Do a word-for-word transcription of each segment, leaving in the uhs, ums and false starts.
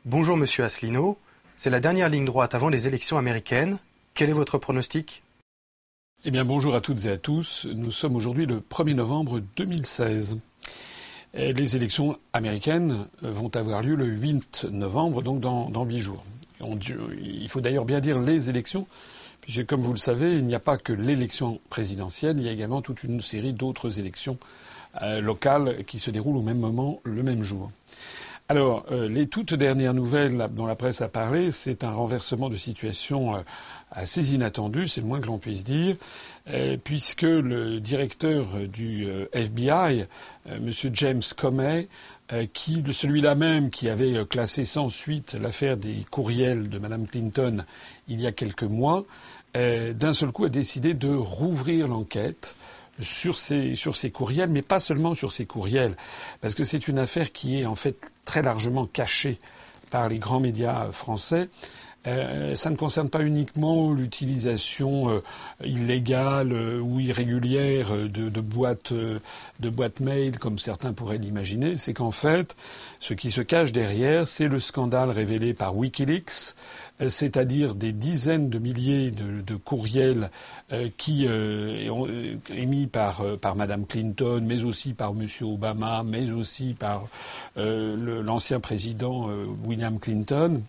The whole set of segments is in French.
Bonjour Monsieur Asselineau, c'est la dernière ligne droite avant les élections américaines. Quel est votre pronostic ? Eh bien bonjour à toutes et à tous. Nous sommes aujourd'hui le premier novembre deux mille seize. Les élections américaines vont avoir lieu le huit novembre, donc dans, dans huit jours. On, il faut d'ailleurs bien dire les élections, puisque comme vous le savez, il n'y a pas que l'élection présidentielle, il y a également toute une série d'autres élections euh, locales qui se déroulent au même moment, le même jour. Alors, euh, les toutes dernières nouvelles dont la presse a parlé, c'est un renversement de situation euh, assez inattendu, c'est le moins que l'on puisse dire, euh, puisque le directeur du euh, F B I, euh, M. James Comey, euh, qui, celui-là même qui avait classé sans suite l'affaire des courriels de Mme Clinton il y a quelques mois, euh, d'un seul coup a décidé de rouvrir l'enquête sur ces, sur ces courriels, mais pas seulement sur ces courriels, parce que c'est une affaire qui est en fait très largement cachée par les grands médias français. Euh, ça ne concerne pas uniquement l'utilisation euh, illégale euh, ou irrégulière de, de boîtes euh, de boîtes mail, comme certains pourraient l'imaginer. C'est qu'en fait, ce qui se cache derrière, c'est le scandale révélé par Wikileaks, euh, c'est-à-dire des dizaines de milliers de, de courriels euh, qui euh, ont, euh, émis par euh, par Madame Clinton, mais aussi par Monsieur Obama, mais aussi par euh, le, l'ancien président euh, William Clinton,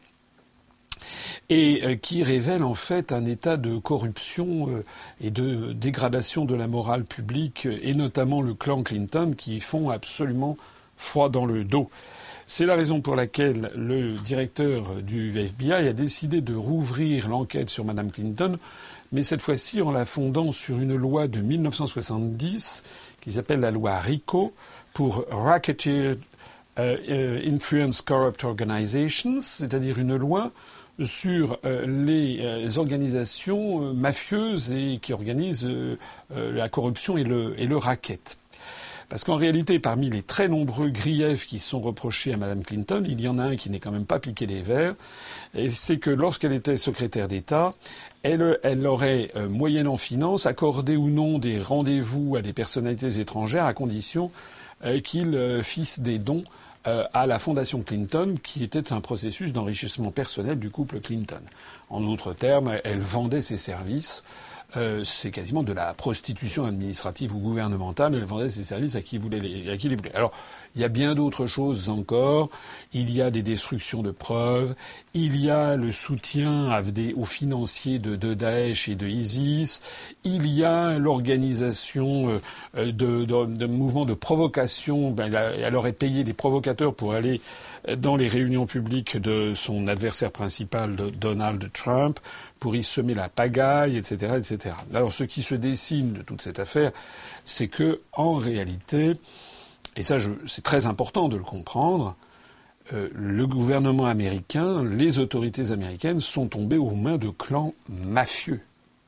et euh, qui révèle en fait un état de corruption euh, et de dégradation de la morale publique, et notamment le clan Clinton, qui font absolument froid dans le dos. C'est la raison pour laquelle le directeur du F B I a décidé de rouvrir l'enquête sur Madame Clinton, mais cette fois-ci en la fondant sur une loi de mille neuf cent soixante-dix qui s'appelle la loi RICO, pour Racketeer uh, uh, Influence Corrupt Organizations, c'est-à-dire une loi sur euh, les euh, organisations euh, mafieuses et qui organisent euh, euh, la corruption et le, et le racket. Parce qu'en réalité, parmi les très nombreux griefs qui sont reprochés à Mme Clinton, il y en a un qui n'est quand même pas piqué des verres, et c'est que lorsqu'elle était secrétaire d'État, elle, elle aurait, euh, moyennant finance, accordé ou non des rendez-vous à des personnalités étrangères à condition euh, qu'ils euh, fissent des dons Euh, à la fondation Clinton, qui était un processus d'enrichissement personnel du couple Clinton. En d'autres termes, elle vendait ses services. Euh, c'est quasiment de la prostitution administrative ou gouvernementale. Elle vendait ses services à qui voulait les, à qui les voulait. Alors, il y a bien d'autres choses encore. Il y a des destructions de preuves. Il y a le soutien à des, aux financiers de, de Daesh et de ISIS. Il y a l'organisation euh, de, de, de mouvements de provocation. Ben, elle, a, elle aurait payé des provocateurs pour aller dans les réunions publiques de son adversaire principal, de Donald Trump, pour y semer la pagaille, et cetera, et cetera. Alors, ce qui se dessine de toute cette affaire, c'est que, en réalité, et ça, je, c'est très important de le comprendre, euh, le gouvernement américain, les autorités américaines sont tombées aux mains de clans mafieux.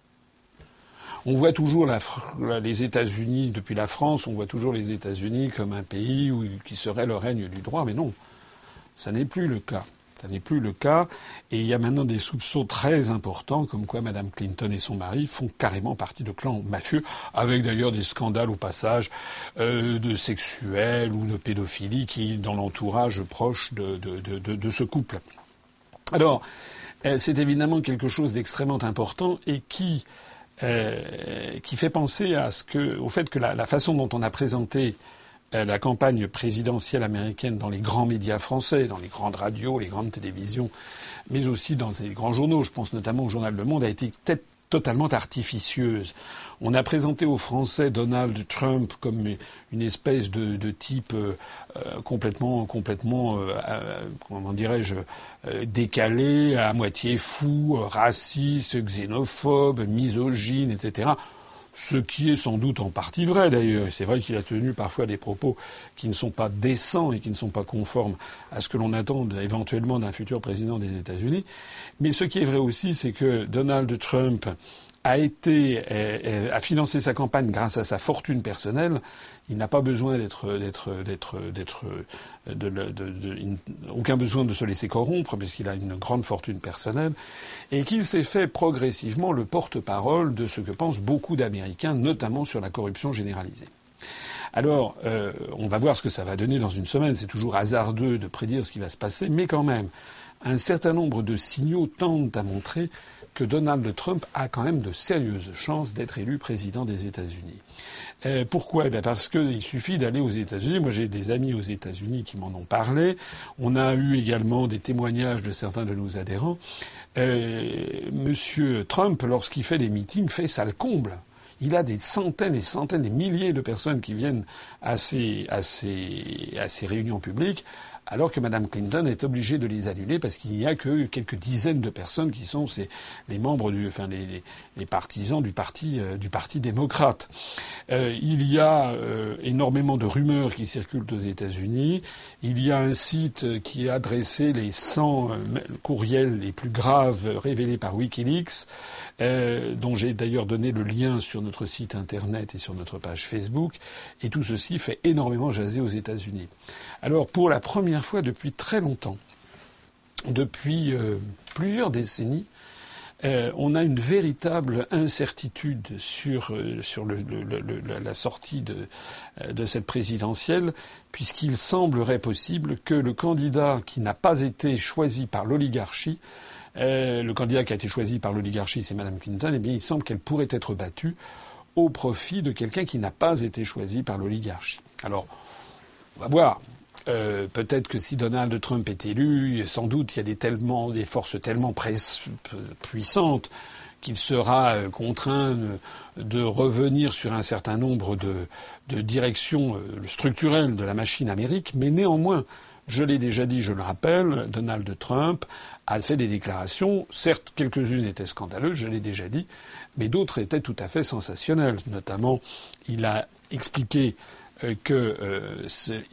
On voit toujours la, les États-Unis, depuis la France, on voit toujours les États-Unis comme un pays où, qui serait le règne du droit, mais non, ça n'est plus le cas. Ça n'est plus le cas, et il y a maintenant des soupçons très importants, comme quoi Mme Clinton et son mari font carrément partie de clans mafieux, avec d'ailleurs des scandales au passage euh, de sexuels ou de pédophilie qui, dans l'entourage proche de, de, de, de, de ce couple. Alors, euh, c'est évidemment quelque chose d'extrêmement important et qui, euh, qui fait penser à ce que, au fait que la, la façon dont on a présenté la campagne présidentielle américaine dans les grands médias français, dans les grandes radios, les grandes télévisions, mais aussi dans les grands journaux, je pense notamment au journal Le Monde, a été peut-être totalement artificieuse. On a présenté aux Français Donald Trump comme une espèce de, de type euh, complètement, complètement, euh, euh, comment dirais-je, euh, décalé, à moitié fou, raciste, xénophobe, misogyne, et cetera. Ce qui est sans doute en partie vrai d'ailleurs. C'est vrai qu'il a tenu parfois des propos qui ne sont pas décents et qui ne sont pas conformes à ce que l'on attend éventuellement d'un futur président des États-Unis. Mais ce qui est vrai aussi, c'est que Donald Trump a été a financé sa campagne grâce à sa fortune personnelle. Il n'a pas besoin d'être d'être d'être d'être de, de, de, de, aucun besoin de se laisser corrompre puisqu'il a une grande fortune personnelle et qu'il s'est fait progressivement le porte-parole de ce que pensent beaucoup d'Américains, notamment sur la corruption généralisée. Alors, euh, on va voir ce que ça va donner dans une semaine. C'est toujours hasardeux de prédire ce qui va se passer, mais quand même, un certain nombre de signaux tendent à montrer que Donald Trump a quand même de sérieuses chances d'être élu président des États-Unis. Euh, pourquoi ? Eh bien parce qu'il suffit d'aller aux États-Unis. Moi, j'ai des amis aux États-Unis qui m'en ont parlé. On a eu également des témoignages de certains de nos adhérents. Euh, Monsieur Trump, lorsqu'il fait des meetings, fait ça le comble. Il a des centaines et centaines, des milliers de personnes qui viennent à ces, à ces, à ces réunions publiques, alors que Mme Clinton est obligée de les annuler parce qu'il n'y a que quelques dizaines de personnes qui sont ces, les membres du, enfin les, les, les partisans du parti, euh, du parti démocrate. Euh, il y a euh, énormément de rumeurs qui circulent aux États-Unis. Il y a un site qui a dressé les cent euh, courriels les plus graves révélés par WikiLeaks, euh, dont j'ai d'ailleurs donné le lien sur notre site internet et sur notre page Facebook. Et tout ceci fait énormément jaser aux États-Unis. Alors, pour la première fois depuis très longtemps, depuis euh, plusieurs décennies, euh, on a une véritable incertitude sur, euh, sur le, le, le, la sortie de, de cette présidentielle, puisqu'il semblerait possible que le candidat qui n'a pas été choisi par l'oligarchie, euh, le candidat qui a été choisi par l'oligarchie, c'est Mme Clinton, eh bien, il semble qu'elle pourrait être battue au profit de quelqu'un qui n'a pas été choisi par l'oligarchie. Alors, on va voir. Euh, peut-être que si Donald Trump est élu, sans doute il y a des, tellement, des forces tellement puissantes qu'il sera contraint de revenir sur un certain nombre de, de directions structurelles de la machine américaine. Mais néanmoins, je l'ai déjà dit, je le rappelle, Donald Trump a fait des déclarations. Certes, quelques-unes étaient scandaleuses, je l'ai déjà dit, mais d'autres étaient tout à fait sensationnelles. Notamment, il a expliqué que euh,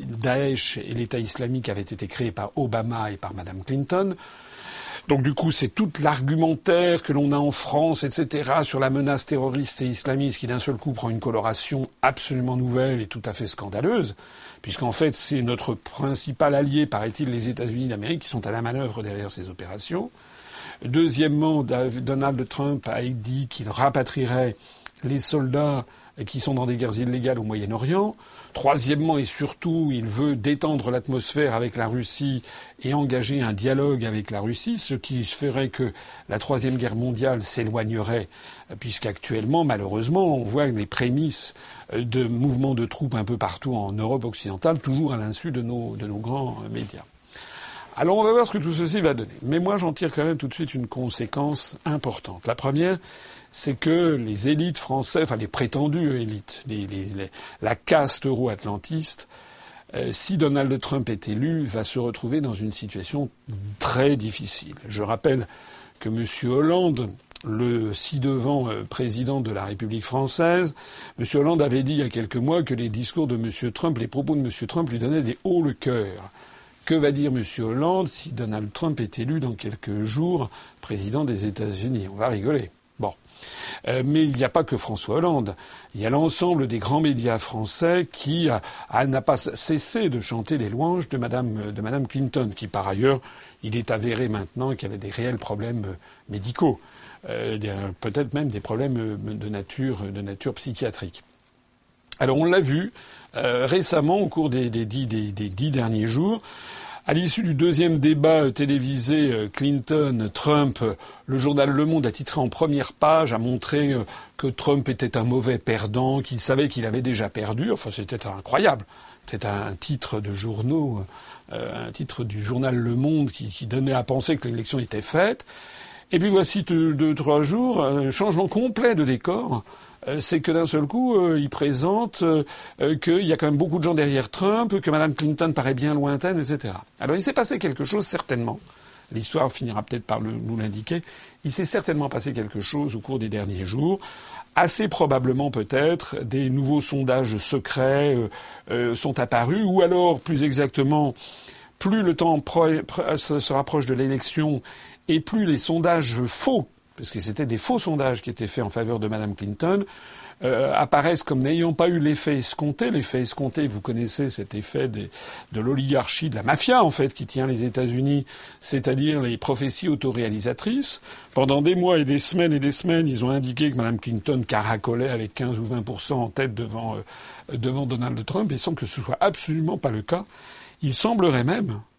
Daesh et l'État islamique avaient été créés par Obama et par Mme Clinton. Donc du coup, c'est tout l'argumentaire que l'on a en France, et cetera, sur la menace terroriste et islamiste qui d'un seul coup prend une coloration absolument nouvelle et tout à fait scandaleuse, puisqu'en fait, c'est notre principal allié, paraît-il, les États-Unis d'Amérique, qui sont à la manœuvre derrière ces opérations. Deuxièmement, Donald Trump a dit qu'il rapatrierait les soldats qui sont dans des guerres illégales au Moyen-Orient. Troisièmement et surtout, il veut détendre l'atmosphère avec la Russie et engager un dialogue avec la Russie, ce qui ferait que la Troisième Guerre mondiale s'éloignerait, puisqu'actuellement, malheureusement, on voit les prémices de mouvements de troupes un peu partout en Europe occidentale, toujours à l'insu de nos, de nos grands médias. Alors on va voir ce que tout ceci va donner. Mais moi, j'en tire quand même tout de suite une conséquence importante. La première, c'est que les élites françaises, enfin les prétendues élites, les, les, les, la caste euro-atlantiste, euh, si Donald Trump est élu, va se retrouver dans une situation très difficile. Je rappelle que M. Hollande, le ci-devant euh, président de la République française, M. Hollande avait dit il y a quelques mois que les discours de M. Trump, les propos de M. Trump lui donnaient des hauts le cœur. Que va dire M. Hollande si Donald Trump est élu dans quelques jours président des États-Unis ? On va rigoler. Bon. Euh, mais il n'y a pas que François Hollande. Il y a l'ensemble des grands médias français qui a, a, n'a pas cessé de chanter les louanges de Madame, de Madame Clinton, qui par ailleurs, il est avéré maintenant qu'elle a des réels problèmes médicaux, euh, des, peut-être même des problèmes de nature, de nature psychiatrique. Alors on l'a vu euh, récemment au cours des, des, dix, des, des dix derniers jours. À l'issue du deuxième débat télévisé Clinton-Trump, le journal Le Monde a titré en première page, a montré que Trump était un mauvais perdant, qu'il savait qu'il avait déjà perdu. Enfin, c'était incroyable. C'était un titre de journaux, euh, un titre du journal Le Monde qui, qui donnait à penser que l'élection était faite. Et puis voici deux, deux trois jours, un changement complet de décor. C'est que d'un seul coup, euh, il présente euh, euh, qu'il y a quand même beaucoup de gens derrière Trump, que Mme Clinton paraît bien lointaine, et cetera. Alors il s'est passé quelque chose, certainement. L'histoire finira peut-être par le, nous l'indiquer. Il s'est certainement passé quelque chose au cours des derniers jours. Assez probablement peut-être des nouveaux sondages secrets euh, euh, sont apparus, ou alors, plus exactement, plus le temps pro- pro- se rapproche de l'élection et plus les sondages faux, parce que c'était des faux sondages qui étaient faits en faveur de Mme Clinton, euh, apparaissent comme n'ayant pas eu l'effet escompté. L'effet escompté, vous connaissez cet effet des, de l'oligarchie, de la mafia, en fait, qui tient les États-Unis, c'est-à-dire les prophéties autoréalisatrices. Pendant des mois et des semaines et des semaines, ils ont indiqué que Mme Clinton caracolait avec quinze ou vingt pour cent en tête devant, euh, devant Donald Trump, et sans que ce soit absolument pas le cas. Il semblerait même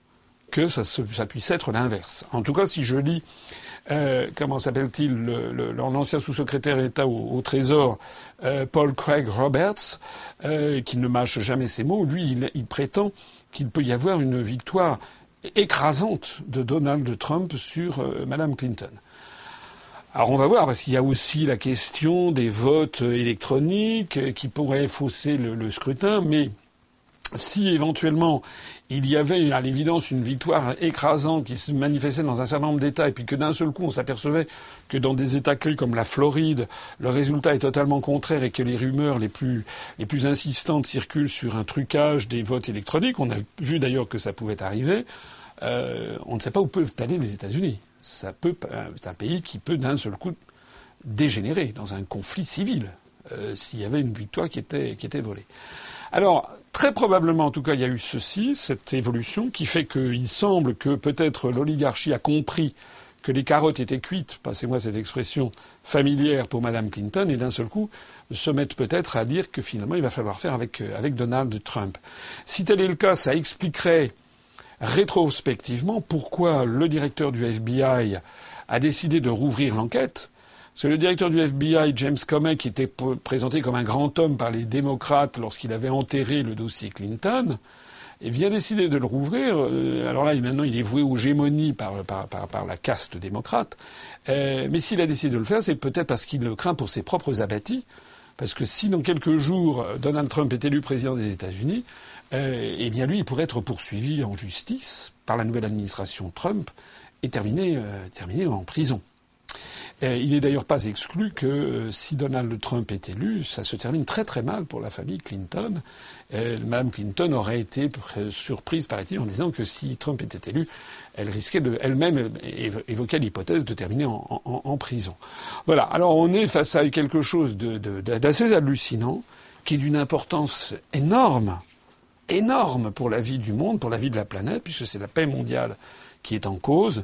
que ça, se, ça puisse être l'inverse. En tout cas, si je lis, euh, comment s'appelle-t-il, le, le, l'ancien sous-secrétaire d'État au, au Trésor, euh, Paul Craig Roberts, euh, qui ne mâche jamais ses mots, lui, il, il prétend qu'il peut y avoir une victoire écrasante de Donald Trump sur euh, Madame Clinton. Alors on va voir, parce qu'il y a aussi la question des votes électroniques qui pourraient fausser le, le scrutin, mais si éventuellement il y avait à l'évidence une victoire écrasante qui se manifestait dans un certain nombre d'États, et puis que d'un seul coup on s'apercevait que dans des États clés comme la Floride, le résultat est totalement contraire et que les rumeurs les plus, les plus insistantes circulent sur un trucage des votes électroniques, on a vu d'ailleurs que ça pouvait arriver, euh, on ne sait pas où peuvent aller les États-Unis. Ça peut, c'est un pays qui peut d'un seul coup dégénérer dans un conflit civil euh, s'il y avait une victoire qui était, qui était volée. Alors, très probablement, en tout cas, il y a eu ceci, cette évolution, qui fait qu'il semble que peut-être l'oligarchie a compris que les carottes étaient cuites, passez-moi cette expression familière pour Madame Clinton, et d'un seul coup se mettent peut-être à dire que finalement il va falloir faire avec, avec Donald Trump. Si tel est le cas, ça expliquerait rétrospectivement pourquoi le directeur du F B I a décidé de rouvrir l'enquête. Parce que le directeur du F B I, James Comey, qui était présenté comme un grand homme par les démocrates lorsqu'il avait enterré le dossier Clinton, vient décider de le rouvrir. Alors là, maintenant, il est voué aux gémonies par, par, par, par la caste démocrate. Euh, mais s'il a décidé de le faire, c'est peut-être parce qu'il le craint pour ses propres abattis. Parce que si dans quelques jours, Donald Trump est élu président des États-Unis, Euh, eh bien, lui, il pourrait être poursuivi en justice par la nouvelle administration Trump et terminé, euh, terminé en prison. Euh, il n'est d'ailleurs pas exclu que euh, si Donald Trump est élu, ça se termine très très mal pour la famille Clinton. Euh, Madame Clinton aurait été surprise, paraît-il, en disant que si Trump était élu, elle risquait de elle-même évoquer l'hypothèse de terminer en, en, en prison. Voilà. Alors on est face à quelque chose de, de, d'assez hallucinant, qui est d'une importance énorme. énorme pour la vie du monde, pour la vie de la planète, puisque c'est la paix mondiale qui est en cause.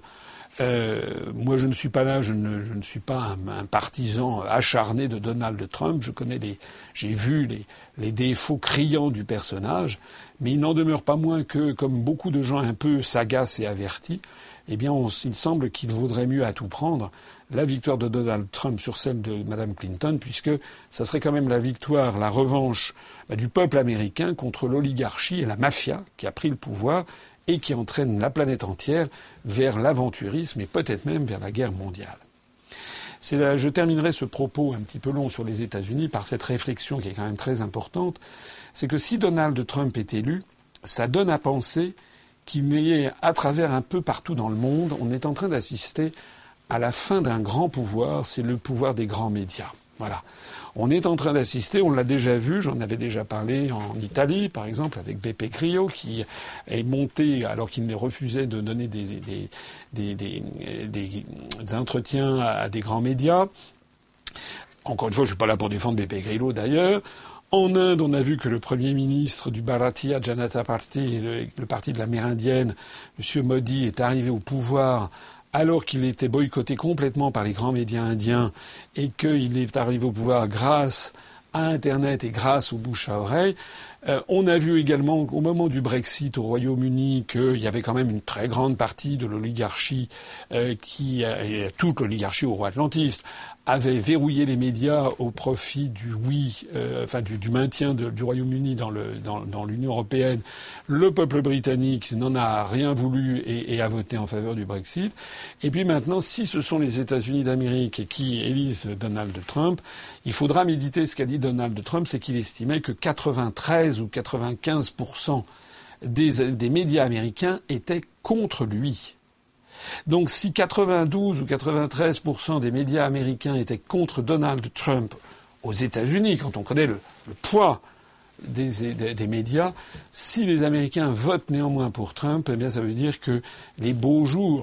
Euh, moi, je ne suis pas là, je ne, je ne suis pas un, un partisan acharné de Donald Trump. Je connais les, j'ai vu les, les défauts criants du personnage, mais il n'en demeure pas moins que, comme beaucoup de gens un peu sagaces et avertis, eh bien, on, il semble qu'il vaudrait mieux à tout prendre la victoire de Donald Trump sur celle de Madame Clinton, puisque ça serait quand même la victoire, la revanche bah, du peuple américain contre l'oligarchie et la mafia qui a pris le pouvoir et qui entraîne la planète entière vers l'aventurisme et peut-être même vers la guerre mondiale. C'est là, je terminerai ce propos un petit peu long sur les États-Unis par cette réflexion qui est quand même très importante. C'est que si Donald Trump est élu, ça donne à penser qu'il y ait, à travers un peu partout dans le monde, on est en train d'assister à la fin d'un grand pouvoir, c'est le pouvoir des grands médias. Voilà. On est en train d'assister, on l'a déjà vu, j'en avais déjà parlé en Italie, par exemple, avec Beppe Grillo, qui est monté, alors qu'il refusait de donner des, des, des, des, des, des entretiens à des grands médias. Encore une fois, je ne suis pas là pour défendre Beppe Grillo, d'ailleurs. En Inde, on a vu que le Premier ministre du Bharatiya Janata Party, le, le parti de l'Amérindienne, M. Modi, est arrivé au pouvoir alors qu'il était boycotté complètement par les grands médias indiens et qu'il est arrivé au pouvoir grâce à Internet et grâce aux bouche à oreille. Euh, on a vu également au moment du Brexit au Royaume-Uni qu'il y avait quand même une très grande partie de l'oligarchie, euh, qui, et toute l'oligarchie euro-atlantiste, avait verrouillé les médias au profit du oui, euh, enfin du, du maintien de, du Royaume-Uni dans, le, dans, dans l'Union européenne. Le peuple britannique n'en a rien voulu et, et a voté en faveur du Brexit. Et puis maintenant, si ce sont les États-Unis d'Amérique qui élisent Donald Trump, il faudra méditer ce qu'a dit Donald Trump, c'est qu'il estimait que quatre-vingt-treize ou quatre-vingt-quinze pour cent des, des médias américains étaient contre lui. Donc si quatre-vingt-douze ou quatre-vingt-treize pour cent des médias américains étaient contre Donald Trump aux États-Unis, quand on connaît le, le poids des, des, des médias, si les Américains votent néanmoins pour Trump, eh bien ça veut dire que les beaux jours,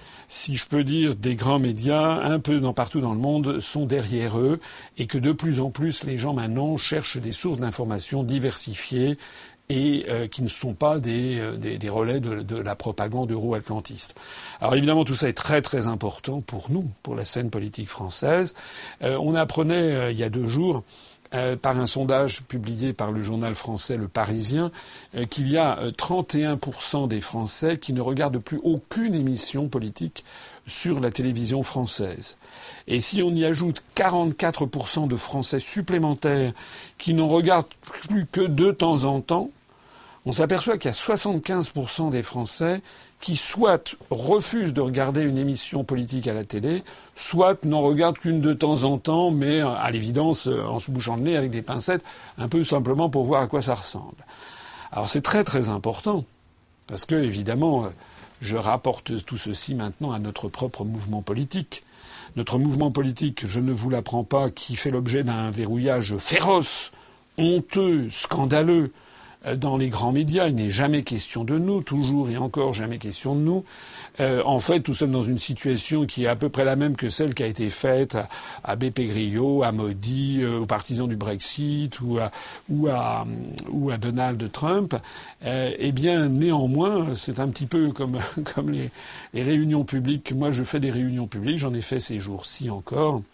si je peux dire, des grands médias, un peu dans, partout dans le monde, sont derrière eux et que de plus en plus les gens maintenant cherchent des sources d'informations diversifiées et euh, qui ne sont pas des, euh, des, des relais de, de la propagande euro-atlantiste. Alors évidemment, tout ça est très très important pour nous, pour la scène politique française. Euh, on apprenait euh, il y a deux jours euh, par un sondage publié par le journal français Le Parisien, euh, qu'il y a euh, trente et un pour cent des Français qui ne regardent plus aucune émission politique sur la télévision française. Et si on y ajoute quarante-quatre pour cent de Français supplémentaires qui n'en regardent plus que de temps en temps, on s'aperçoit qu'il y a soixante-quinze pour cent des Français qui soit refusent de regarder une émission politique à la télé, soit n'en regardent qu'une de temps en temps, mais à l'évidence en se bouchant le nez avec des pincettes, un peu simplement pour voir à quoi ça ressemble. Alors c'est très très important, parce que évidemment, je rapporte tout ceci maintenant à notre propre mouvement politique. Notre mouvement politique, je ne vous l'apprends pas, qui fait l'objet d'un verrouillage féroce, honteux, scandaleux, dans les grands médias. Il n'est jamais question de nous, toujours et encore jamais question de nous. Euh, en fait, nous sommes dans une situation qui est à peu près la même que celle qui a été faite à, à B P Grillo, à Modi, euh, aux partisans du Brexit ou à, ou à, ou à Donald Trump. Euh, eh bien, néanmoins, c'est un petit peu comme, comme les, les réunions publiques. Moi, je fais des réunions publiques, j'en ai fait ces jours-ci encore.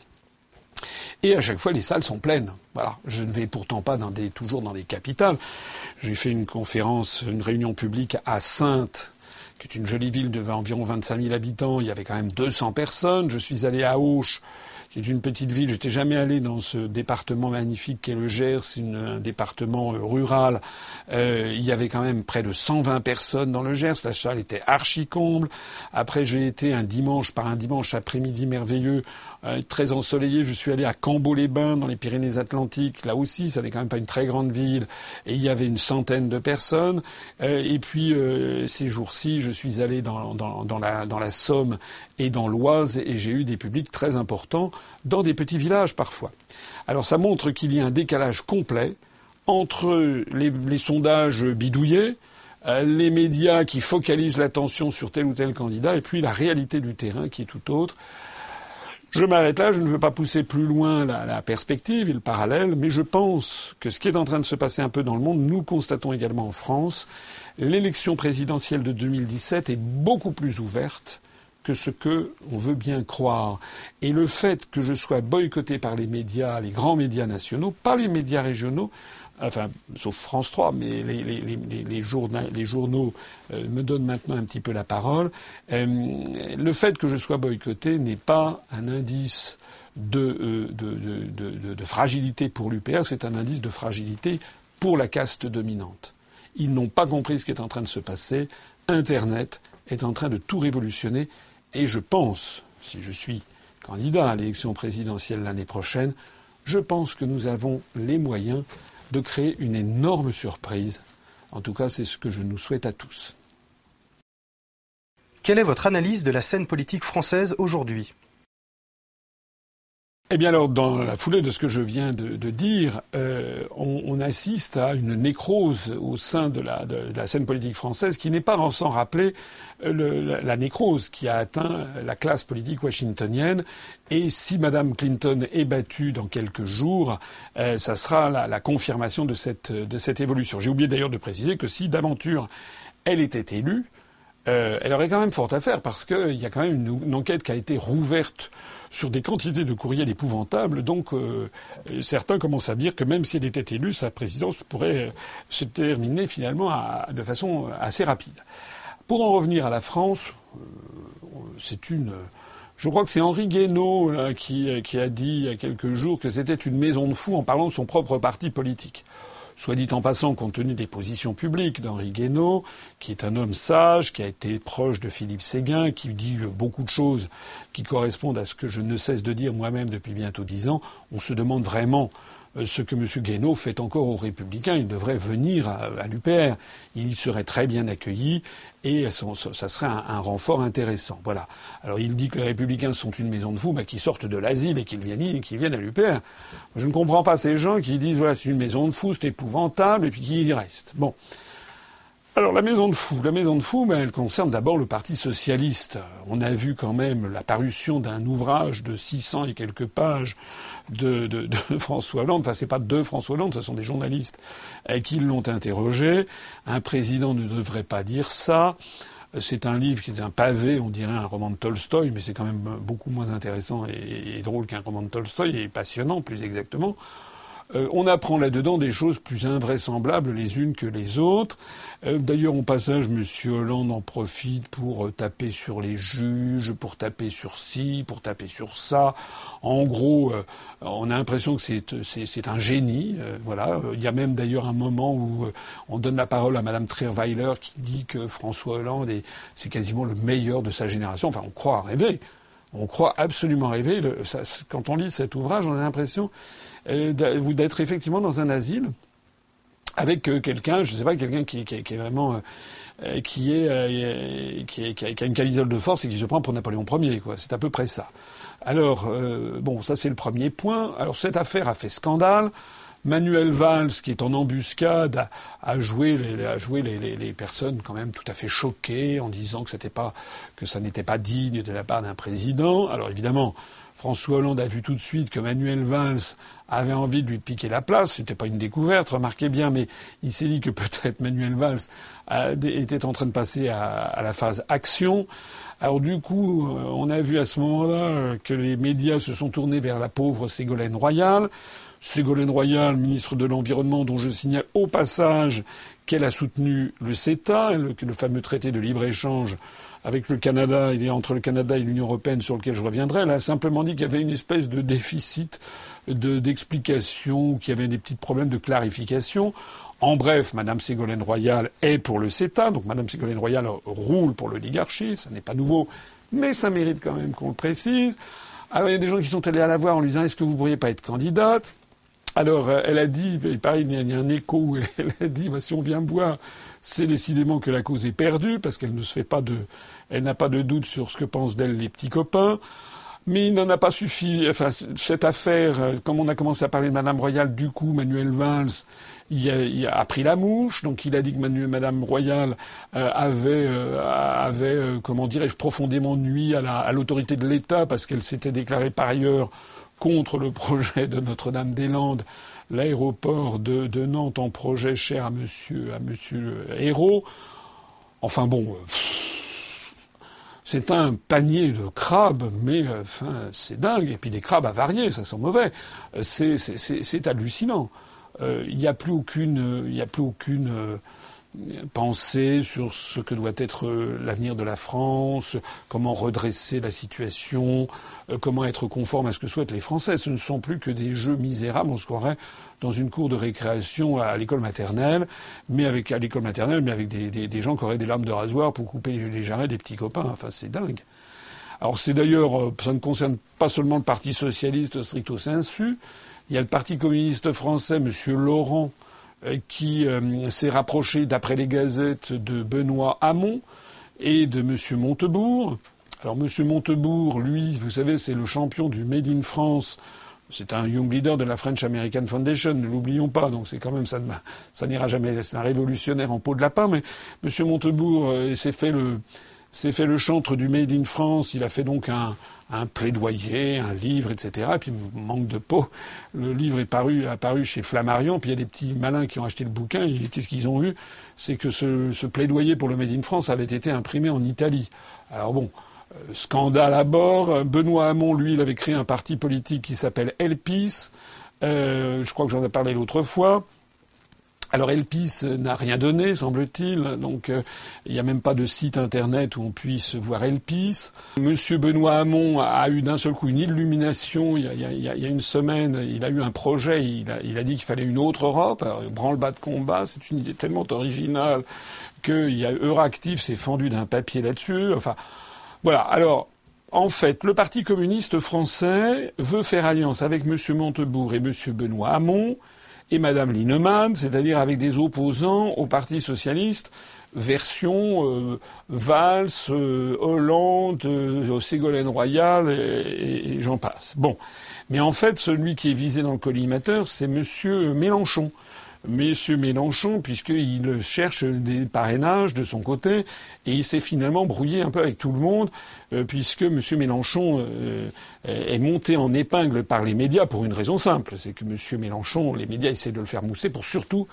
Et à chaque fois, les salles sont pleines. Voilà. Je ne vais pourtant pas dans des, toujours dans les capitales. J'ai fait une conférence, une réunion publique à Saintes, qui est une jolie ville de environ vingt-cinq mille habitants. Il y avait quand même deux cents personnes. Je suis allé à Auch, qui est une petite ville. J'étais jamais allé dans ce département magnifique qu'est le Gers, une, un département euh, rural. Euh, il y avait quand même près de cent vingt personnes dans le Gers. La salle était archi comble. Après, j'ai été un dimanche, par un dimanche après-midi merveilleux, euh, très ensoleillé. Je suis allé à Cambo-les-Bains, dans les Pyrénées-Atlantiques. Là aussi, ça n'est quand même pas une très grande ville. Et il y avait une centaine de personnes. Euh, et puis, euh, ces jours-ci, je suis allé dans, dans, dans, la, dans la Somme et dans l'Oise, et j'ai eu des publics très importants dans des petits villages parfois. Alors ça montre qu'il y a un décalage complet entre les, les sondages bidouillés, euh, les médias qui focalisent l'attention sur tel ou tel candidat, et puis la réalité du terrain qui est tout autre. Je m'arrête là, je ne veux pas pousser plus loin la, la perspective et le parallèle, mais je pense que ce qui est en train de se passer un peu dans le monde, nous constatons également en France. L'élection présidentielle de deux mille dix-sept est beaucoup plus ouverte que ce que on veut bien croire. Et le fait que je sois boycotté par les médias, les grands médias nationaux, pas les médias régionaux, enfin, sauf France trois, mais les, les, les, les, journaux, les journaux euh, me donnent maintenant un petit peu la parole. Euh, le fait que je sois boycotté n'est pas un indice de, euh, de, de, de, de fragilité pour l'U P R, c'est un indice de fragilité pour la caste dominante. Ils n'ont pas compris ce qui est en train de se passer. Internet est en train de tout révolutionner. Et je pense, si je suis candidat à l'élection présidentielle l'année prochaine, je pense que nous avons les moyens de créer une énorme surprise. En tout cas, c'est ce que je nous souhaite à tous. Quelle est votre analyse de la scène politique française aujourd'hui ? Eh bien alors, dans la foulée de ce que je viens de, de dire, euh, on, on assiste à une nécrose au sein de la, de, de la scène politique française qui n'est pas sans rappeler le, la, la nécrose qui a atteint la classe politique washingtonienne. Et si Madame Clinton est battue dans quelques jours, euh, ça sera la, la confirmation de cette, de cette évolution. J'ai oublié d'ailleurs de préciser que si d'aventure elle était élue, euh, elle aurait quand même fort à faire parce qu'il y a quand même une, une enquête qui a été rouverte sur des quantités de courriels épouvantables. Donc euh, certains commencent à dire que même si elle était élue, sa présidence pourrait se terminer finalement à, de façon assez rapide. Pour en revenir à la France, euh, c'est une... Je crois que c'est Henri Guénaud là, qui, qui a dit il y a quelques jours que c'était une maison de fous en parlant de son propre parti politique. Soit dit en passant, compte tenu des positions publiques d'Henri Guénaud, qui est un homme sage, qui a été proche de Philippe Séguin, qui dit beaucoup de choses qui correspondent à ce que je ne cesse de dire moi-même depuis bientôt dix ans, on se demande vraiment ce que M. Guénaud fait encore aux Républicains. Il devrait venir à, à l'U P R. Il y serait très bien accueilli et ça, ça serait un, un renfort intéressant. Voilà. Alors il dit que les Républicains sont une maison de fous, bah, qu'ils sortent de l'asile et qu'ils viennent, qu'ils viennent à l'U P R. Je ne comprends pas ces gens qui disent voilà, c'est une maison de fous, c'est épouvantable, et puis qui y restent. Bon. Alors la maison de fous, la maison de fous, ben, elle concerne d'abord le Parti socialiste. On a vu quand même la parution d'un ouvrage de six cents et quelques pages de, de, de François Hollande. Enfin, c'est pas de François Hollande, ce sont des journalistes qui l'ont interrogé. Un président ne devrait pas dire ça. C'est un livre qui est un pavé, on dirait un roman de Tolstoï, mais c'est quand même beaucoup moins intéressant et, et drôle qu'un roman de Tolstoï, et passionnant plus exactement. Euh, on apprend là-dedans des choses plus invraisemblables les unes que les autres. Euh, d'ailleurs, au passage, M. Hollande en profite pour euh, taper sur les juges, pour taper sur ci, pour taper sur ça. En gros, euh, on a l'impression que c'est, c'est, c'est un génie. Euh, voilà. Il y a même d'ailleurs un moment où euh, on donne la parole à Mme Trierweiler qui dit que François Hollande est, c'est quasiment le meilleur de sa génération. Enfin, on croit rêver. On croit absolument rêver. Le, ça, quand on lit cet ouvrage, on a l'impression euh, d'être effectivement dans un asile avec euh, quelqu'un, je ne sais pas, quelqu'un qui, qui, qui est vraiment, euh, qui, est, euh, qui, est, qui, a, qui a une camisole de force et qui se prend pour Napoléon Ier, quoi. C'est à peu près ça. Alors, euh, bon, ça c'est le premier point. Alors cette affaire a fait scandale. Manuel Valls, qui est en embuscade, a, a joué, les, a joué les, les, les personnes quand même tout à fait choquées en disant que c'était pas, que ça n'était pas digne de la part d'un président. Alors évidemment, François Hollande a vu tout de suite que Manuel Valls avait envie de lui piquer la place. C'était pas une découverte, remarquez bien, mais il s'est dit que peut-être Manuel Valls a, était en train de passer à, à la phase action. Alors du coup, on a vu à ce moment-là que les médias se sont tournés vers la pauvre Ségolène Royal. Ségolène Royal, ministre de l'Environnement, dont je signale au passage qu'elle a soutenu le CETA, le, le fameux traité de libre-échange avec le Canada, et entre le Canada et l'Union européenne, sur lequel je reviendrai. Elle a simplement dit qu'il y avait une espèce de déficit de, d'explication, qu'il y avait des petits problèmes de clarification. En bref, Madame Ségolène Royal est pour le CETA, donc Madame Ségolène Royal roule pour l'oligarchie, ça n'est pas nouveau, mais ça mérite quand même qu'on le précise. Alors il y a des gens qui sont allés à la voir en lui disant « Est-ce que vous ne pourriez pas être candidate ?» Alors, elle a dit, pareil, il y a un écho où elle a dit, bah, si on vient me voir, c'est décidément que la cause est perdue, parce qu'elle ne se fait pas de, elle n'a pas de doute sur ce que pensent d'elle les petits copains. Mais il n'en a pas suffi, enfin, cette affaire, comme on a commencé à parler de Madame Royal, du coup, Manuel Valls, il a, il a pris la mouche, donc il a dit que Manu, Madame Royal euh, avait, euh, avait euh, comment dirais-je, profondément nui à, la, à l'autorité de l'État, parce qu'elle s'était déclarée par ailleurs contre le projet de Notre-Dame-des-Landes, l'aéroport de, de Nantes en projet cher à monsieur, à monsieur Ayrault. Enfin bon, pff, c'est un panier de crabes, mais enfin, c'est dingue. Et puis des crabes avariés, ça sent mauvais. C'est, c'est, c'est, c'est hallucinant. Euh, il n'y a plus aucune, il n'y a plus aucune euh, pensée sur ce que doit être l'avenir de la France, comment redresser la situation, euh, comment être conforme à ce que souhaitent les Français. Ce ne sont plus que des jeux misérables. On se croirait dans une cour de récréation à l'école maternelle, mais avec à l'école maternelle, mais avec des, des, des gens qui auraient des lames de rasoir pour couper les, les jarrets des petits copains. Enfin, c'est dingue. Alors c'est d'ailleurs, ça ne concerne pas seulement le Parti socialiste stricto sensu. Il y a le Parti communiste français, M. Laurent, qui euh, s'est rapproché, d'après les gazettes, de Benoît Hamon et de M. Montebourg. Alors M. Montebourg, lui, vous savez, c'est le champion du Made in France. C'est un young leader de la French American Foundation, ne l'oublions pas. Donc c'est quand même, ça, ça n'ira jamais. C'est un révolutionnaire en peau de lapin. Mais M. Montebourg euh, s'est fait le, s'est fait le chantre du Made in France. Il a fait donc un, un plaidoyer, un livre, et cetera. Et puis, manque de peau, le livre est paru, apparu chez Flammarion. Puis il y a des petits malins qui ont acheté le bouquin. Et ce qu'ils ont vu, c'est que ce, ce plaidoyer pour le Made in France avait été imprimé en Italie. Alors bon, euh, scandale à bord. Benoît Hamon, lui, il avait créé un parti politique qui s'appelle Elpis. Euh, je crois que j'en ai parlé l'autre fois. Alors Elpis n'a rien donné, semble-t-il, donc euh, il n'y a même pas de site internet où on puisse voir Elpis. Monsieur Benoît Hamon a eu d'un seul coup une illumination, il y a, il y a, il y a une semaine, il a eu un projet, il a, il a dit qu'il fallait une autre Europe, alors, branle-bas de combat, c'est une idée tellement originale qu'il y a Euractiv s'est fendu d'un papier là-dessus, enfin voilà, alors... En fait, le Parti communiste français veut faire alliance avec M. Montebourg et M. Benoît Hamon et Mme Linnemann, c'est-à-dire avec des opposants au Parti socialiste, version euh, Valls, euh, Hollande, euh, Ségolène Royal et, et, et j'en passe. Bon. Mais en fait, celui qui est visé dans le collimateur, c'est M. Mélenchon. Monsieur Mélenchon, puisqu'il cherche des parrainages de son côté, et il s'est finalement brouillé un peu avec tout le monde, euh, puisque Monsieur Mélenchon euh, est monté en épingle par les médias pour une raison simple, c'est que Monsieur Mélenchon, les médias essaient de le faire mousser pour surtout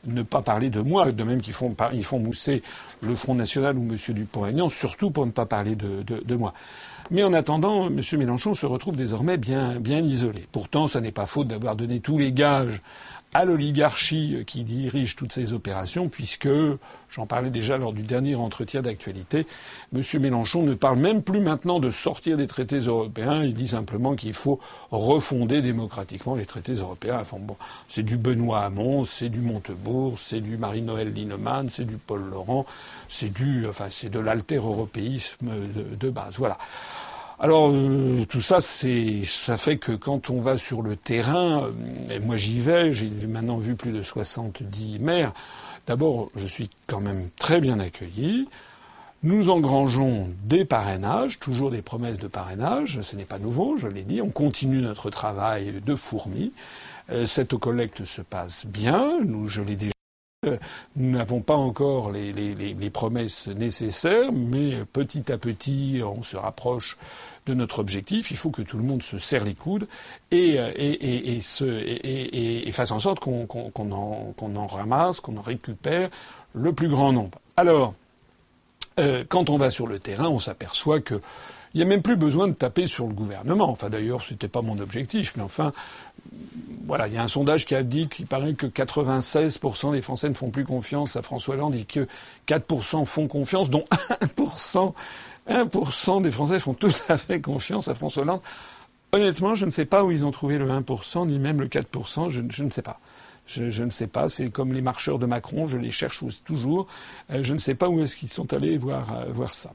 ne pas parler de moi, de même qu'ils font, ils font mousser le Front National ou M. Dupont-Aignan, surtout pour ne pas parler de, de, de moi. Mais en attendant, M. Mélenchon se retrouve désormais bien, bien isolé. Pourtant, ça n'est pas faute d'avoir donné tous les gages à l'oligarchie qui dirige toutes ces opérations, puisque, j'en parlais déjà lors du dernier entretien d'actualité, M. Mélenchon ne parle même plus maintenant de sortir des traités européens, il dit simplement qu'il faut refonder démocratiquement les traités européens. Enfin bon, c'est du Benoît Hamon, c'est du Montebourg, c'est du Marie-Noël Lienemann, c'est du Paul Laurent, c'est du, enfin, c'est de l'alter-européisme de, de base. Voilà. Alors euh, tout ça, c'est, ça fait que quand on va sur le terrain, euh, et moi j'y vais, j'ai maintenant vu plus de soixante-dix maires. D'abord, je suis quand même très bien accueilli. Nous engrangeons des parrainages, toujours des promesses de parrainage. Ce n'est pas nouveau, je l'ai dit. On continue notre travail de fourmi. Euh, cette collecte se passe bien. Nous, je l'ai déjà. Nous n'avons pas encore les, les, les, les promesses nécessaires, mais petit à petit, on se rapproche de notre objectif. Il faut que tout le monde se serre les coudes et, et, et, et, se, et, et, et fasse en sorte qu'on, qu'on, qu'on, en, qu'on en ramasse, qu'on en récupère le plus grand nombre. Alors, euh, quand on va sur le terrain, on s'aperçoit que il n'y a même plus besoin de taper sur le gouvernement. Enfin, d'ailleurs, c'était pas mon objectif, mais enfin, voilà, il y a un sondage qui a dit qu'il paraît que quatre-vingt-seize pour cent des Français ne font plus confiance à François Hollande et que quatre pour cent font confiance, dont un pour cent, un pour cent des Français font tout à fait confiance à François Hollande. Honnêtement, je ne sais pas où ils ont trouvé le un pour cent, ni même le quatre pour cent, je, je ne sais pas. Je, je ne sais pas, c'est comme les marcheurs de Macron, je les cherche toujours. Euh, je ne sais pas où est-ce qu'ils sont allés voir, euh, voir ça.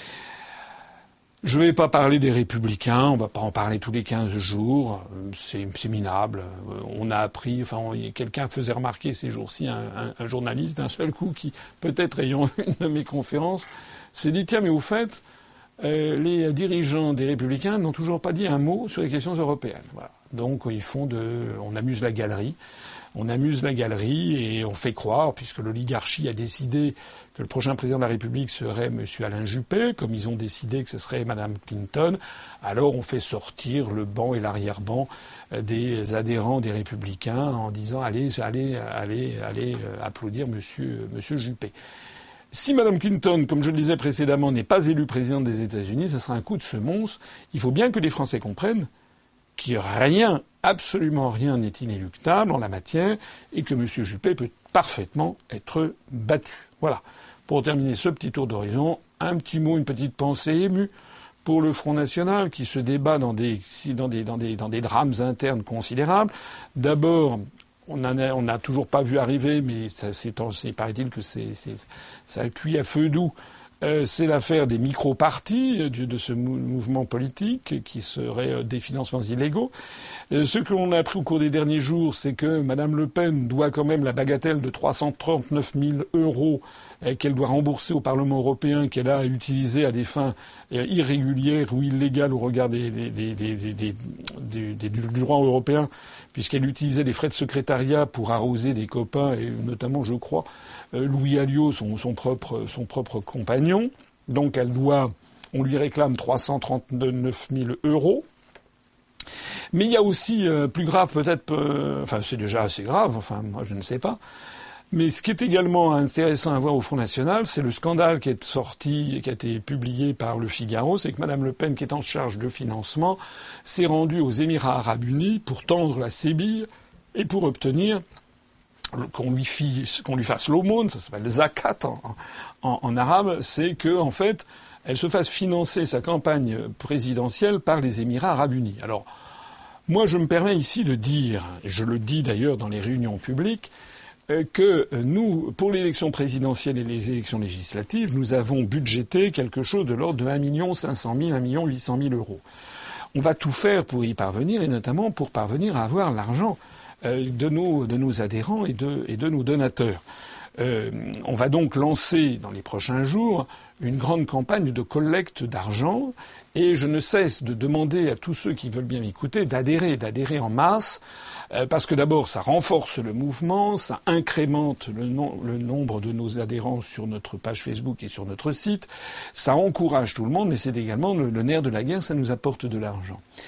Je ne vais pas parler des Républicains, on ne va pas en parler tous les quinze jours, c'est, c'est minable. On a appris, enfin, on, quelqu'un faisait remarquer ces jours-ci, un, un, un journaliste d'un seul coup qui, peut-être ayant une de mes conférences, s'est dit, tiens, mais au fait, euh, les dirigeants des Républicains n'ont toujours pas dit un mot sur les questions européennes. Voilà. Donc, ils font de, on amuse la galerie. On amuse la galerie et on fait croire, puisque l'oligarchie a décidé que le prochain président de la République serait M. Alain Juppé, comme ils ont décidé que ce serait Mme Clinton, alors on fait sortir le banc et l'arrière-banc des adhérents des Républicains en disant allez, allez, allez, allez applaudir M. Monsieur Juppé. Si Mme Clinton, comme je le disais précédemment, n'est pas élue présidente des États-Unis, ce sera un coup de semonce. Il faut bien que les Français comprennent que rien, absolument rien n'est inéluctable en la matière et que M. Juppé peut parfaitement être battu. Voilà. Pour terminer ce petit tour d'horizon, un petit mot, une petite pensée émue pour le Front National qui se débat dans des, dans des, dans des, dans des drames internes considérables. D'abord, on n'a on a toujours pas vu arriver, mais ça, c'est, c'est, paraît-il que c'est, c'est, ça cuit à feu doux. Euh, c'est l'affaire des micro-partis de, de ce mou- mouvement politique qui serait euh, des financements illégaux. Euh, ce que l'on a appris au cours des derniers jours, c'est que Mme Le Pen doit quand même la bagatelle de trois cent trente-neuf mille euros euh, qu'elle doit rembourser au Parlement européen, qu'elle a utilisé à des fins euh, irrégulières ou illégales au regard des, des, des, des, des, des, des, des, du droit européen, puisqu'elle utilisait des frais de secrétariat pour arroser des copains, et notamment, je crois, Louis Alliot, son, son propre, son propre compagnon. Donc elle doit, on lui réclame trois cent trente-neuf mille euros. Mais il y a aussi, euh, plus grave peut-être, euh, enfin c'est déjà assez grave, enfin moi je ne sais pas. Mais ce qui est également intéressant à voir au Front National, c'est le scandale qui est sorti et qui a été publié par Le Figaro, c'est que Mme Le Pen, qui est en charge de financement, s'est rendue aux Émirats Arabes Unis pour tendre la sébille et pour obtenir qu'on lui, fie, qu'on lui fasse l'aumône, ça s'appelle zakat en, en, en arabe, c'est que en fait, elle se fasse financer sa campagne présidentielle par les Émirats Arabes Unis. Alors, moi, je me permets ici de dire, et je le dis d'ailleurs dans les réunions publiques, euh, que nous, pour l'élection présidentielle et les élections législatives, nous avons budgété quelque chose de l'ordre de un million cinq cent mille, un million huit cent mille euros. On va tout faire pour y parvenir, et notamment pour parvenir à avoir l'argent de nos, de nos adhérents et de, et de nos donateurs. Euh, on va donc lancer dans les prochains jours une grande campagne de collecte d'argent et je ne cesse de demander à tous ceux qui veulent bien m'écouter d'adhérer, d'adhérer en masse, euh, parce que d'abord ça renforce le mouvement, ça incrémente le, no- le nombre de nos adhérents sur notre page Facebook et sur notre site, ça encourage tout le monde, mais c'est également le, le nerf de la guerre, ça nous apporte de l'argent.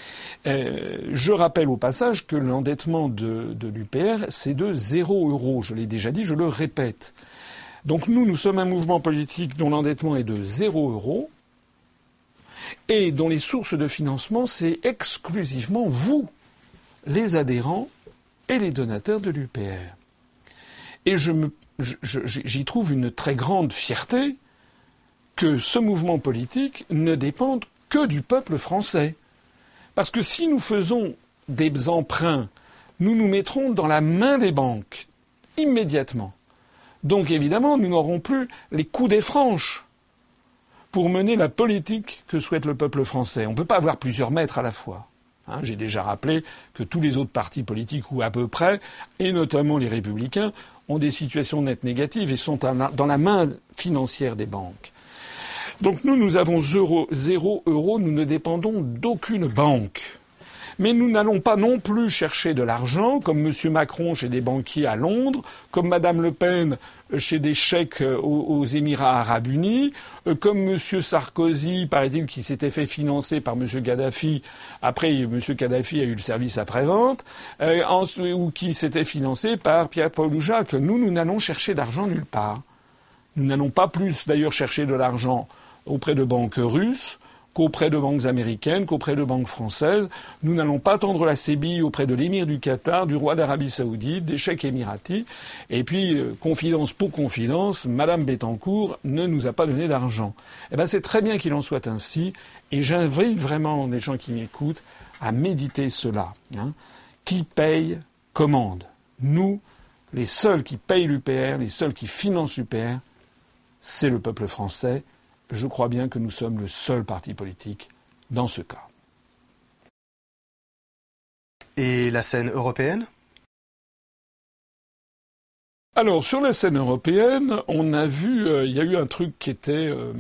Euh, je rappelle au passage que l'endettement de, de l'U P R, c'est de zéro euro. Je l'ai déjà dit, je le répète. Donc nous, nous sommes un mouvement politique dont l'endettement est de zéro euro et dont les sources de financement, c'est exclusivement vous, les adhérents et les donateurs de l'U P R. Et je me, je, je, j'y trouve une très grande fierté que ce mouvement politique ne dépende que du peuple français. Parce que si nous faisons des emprunts, nous nous mettrons dans la main des banques immédiatement. Donc évidemment, nous n'aurons plus les coups des franches pour mener la politique que souhaite le peuple français. On ne peut pas avoir plusieurs maîtres à la fois. Hein, j'ai déjà rappelé que tous les autres partis politiques, ou à peu près, et notamment les Républicains, ont des situations nettes négatives et sont dans la main financière des banques. Donc nous, nous avons zéro, zéro euro, nous ne dépendons d'aucune banque. Mais nous n'allons pas non plus chercher de l'argent, comme M. Macron chez des banquiers à Londres, comme Mme Le Pen chez des cheikhs aux, aux Émirats arabes unis, comme M. Sarkozy, paraît-il, qui s'était fait financer par M. Kadhafi, après M. Kadhafi a eu le service après-vente, euh, en, ou qui s'était financé par Pierre-Paul Jacques. Nous, nous n'allons chercher d'argent nulle part. Nous n'allons pas plus, d'ailleurs, chercher de l'argent auprès de banques russes qu'auprès de banques américaines, qu'auprès de banques françaises. Nous n'allons pas tendre la sébille auprès de l'émir du Qatar, du roi d'Arabie Saoudite, des cheikhs émiratis. Et puis, euh, confidence pour confidence, Madame Bettencourt ne nous a pas donné d'argent. Eh ben, c'est très bien qu'il en soit ainsi. Et j'invite vraiment les gens qui m'écoutent à méditer cela. Hein. Qui paye commande. Nous, les seuls qui payent l'U P R, les seuls qui financent l'U P R, c'est le peuple français. Je crois bien que nous sommes le seul parti politique dans ce cas. Et la scène européenne ? Alors, sur la scène européenne, on a vu, euh, il y a eu un truc qui était... Euh,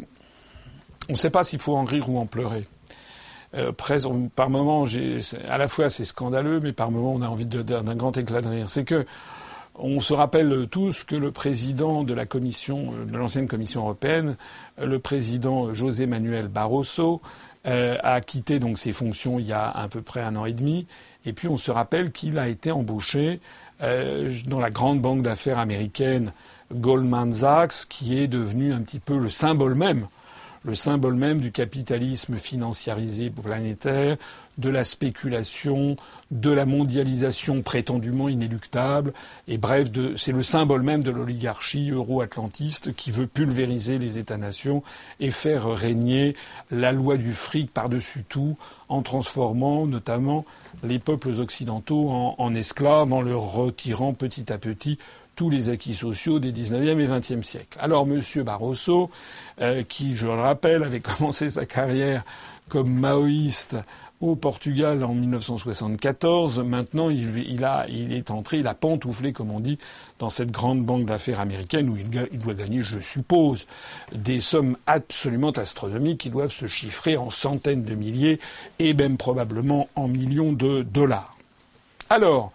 on ne sait pas s'il faut en rire ou en pleurer. Euh, presque, par moments, j'ai, à la fois c'est scandaleux, mais par moments on a envie de, d'un grand éclat de rire. C'est que on se rappelle tous que le président de la commission, de l'ancienne Commission européenne, le président José Manuel Barroso, euh, a quitté donc ses fonctions il y a à peu près un an et demi. Et puis on se rappelle qu'il a été embauché euh, dans la grande banque d'affaires américaine Goldman Sachs, qui est devenue un petit peu le symbole même, le symbole même du capitalisme financiarisé planétaire, de la spéculation, de la mondialisation prétendument inéluctable, et bref, de, c'est le symbole même de l'oligarchie euro-atlantiste qui veut pulvériser les États-nations et faire régner la loi du fric par-dessus tout, en transformant notamment les peuples occidentaux en, en esclaves, en leur retirant petit à petit tous les acquis sociaux des dix-neuvième et vingtième siècles. Alors, M. Barroso, euh, qui, je le rappelle, avait commencé sa carrière comme maoïste au Portugal en mille neuf cent soixante-quatorze, maintenant il, il, a, il est entré, il a pantouflé, comme on dit, dans cette grande banque d'affaires américaine où il, il doit gagner, je suppose, des sommes absolument astronomiques qui doivent se chiffrer en centaines de milliers et même probablement en millions de dollars. Alors,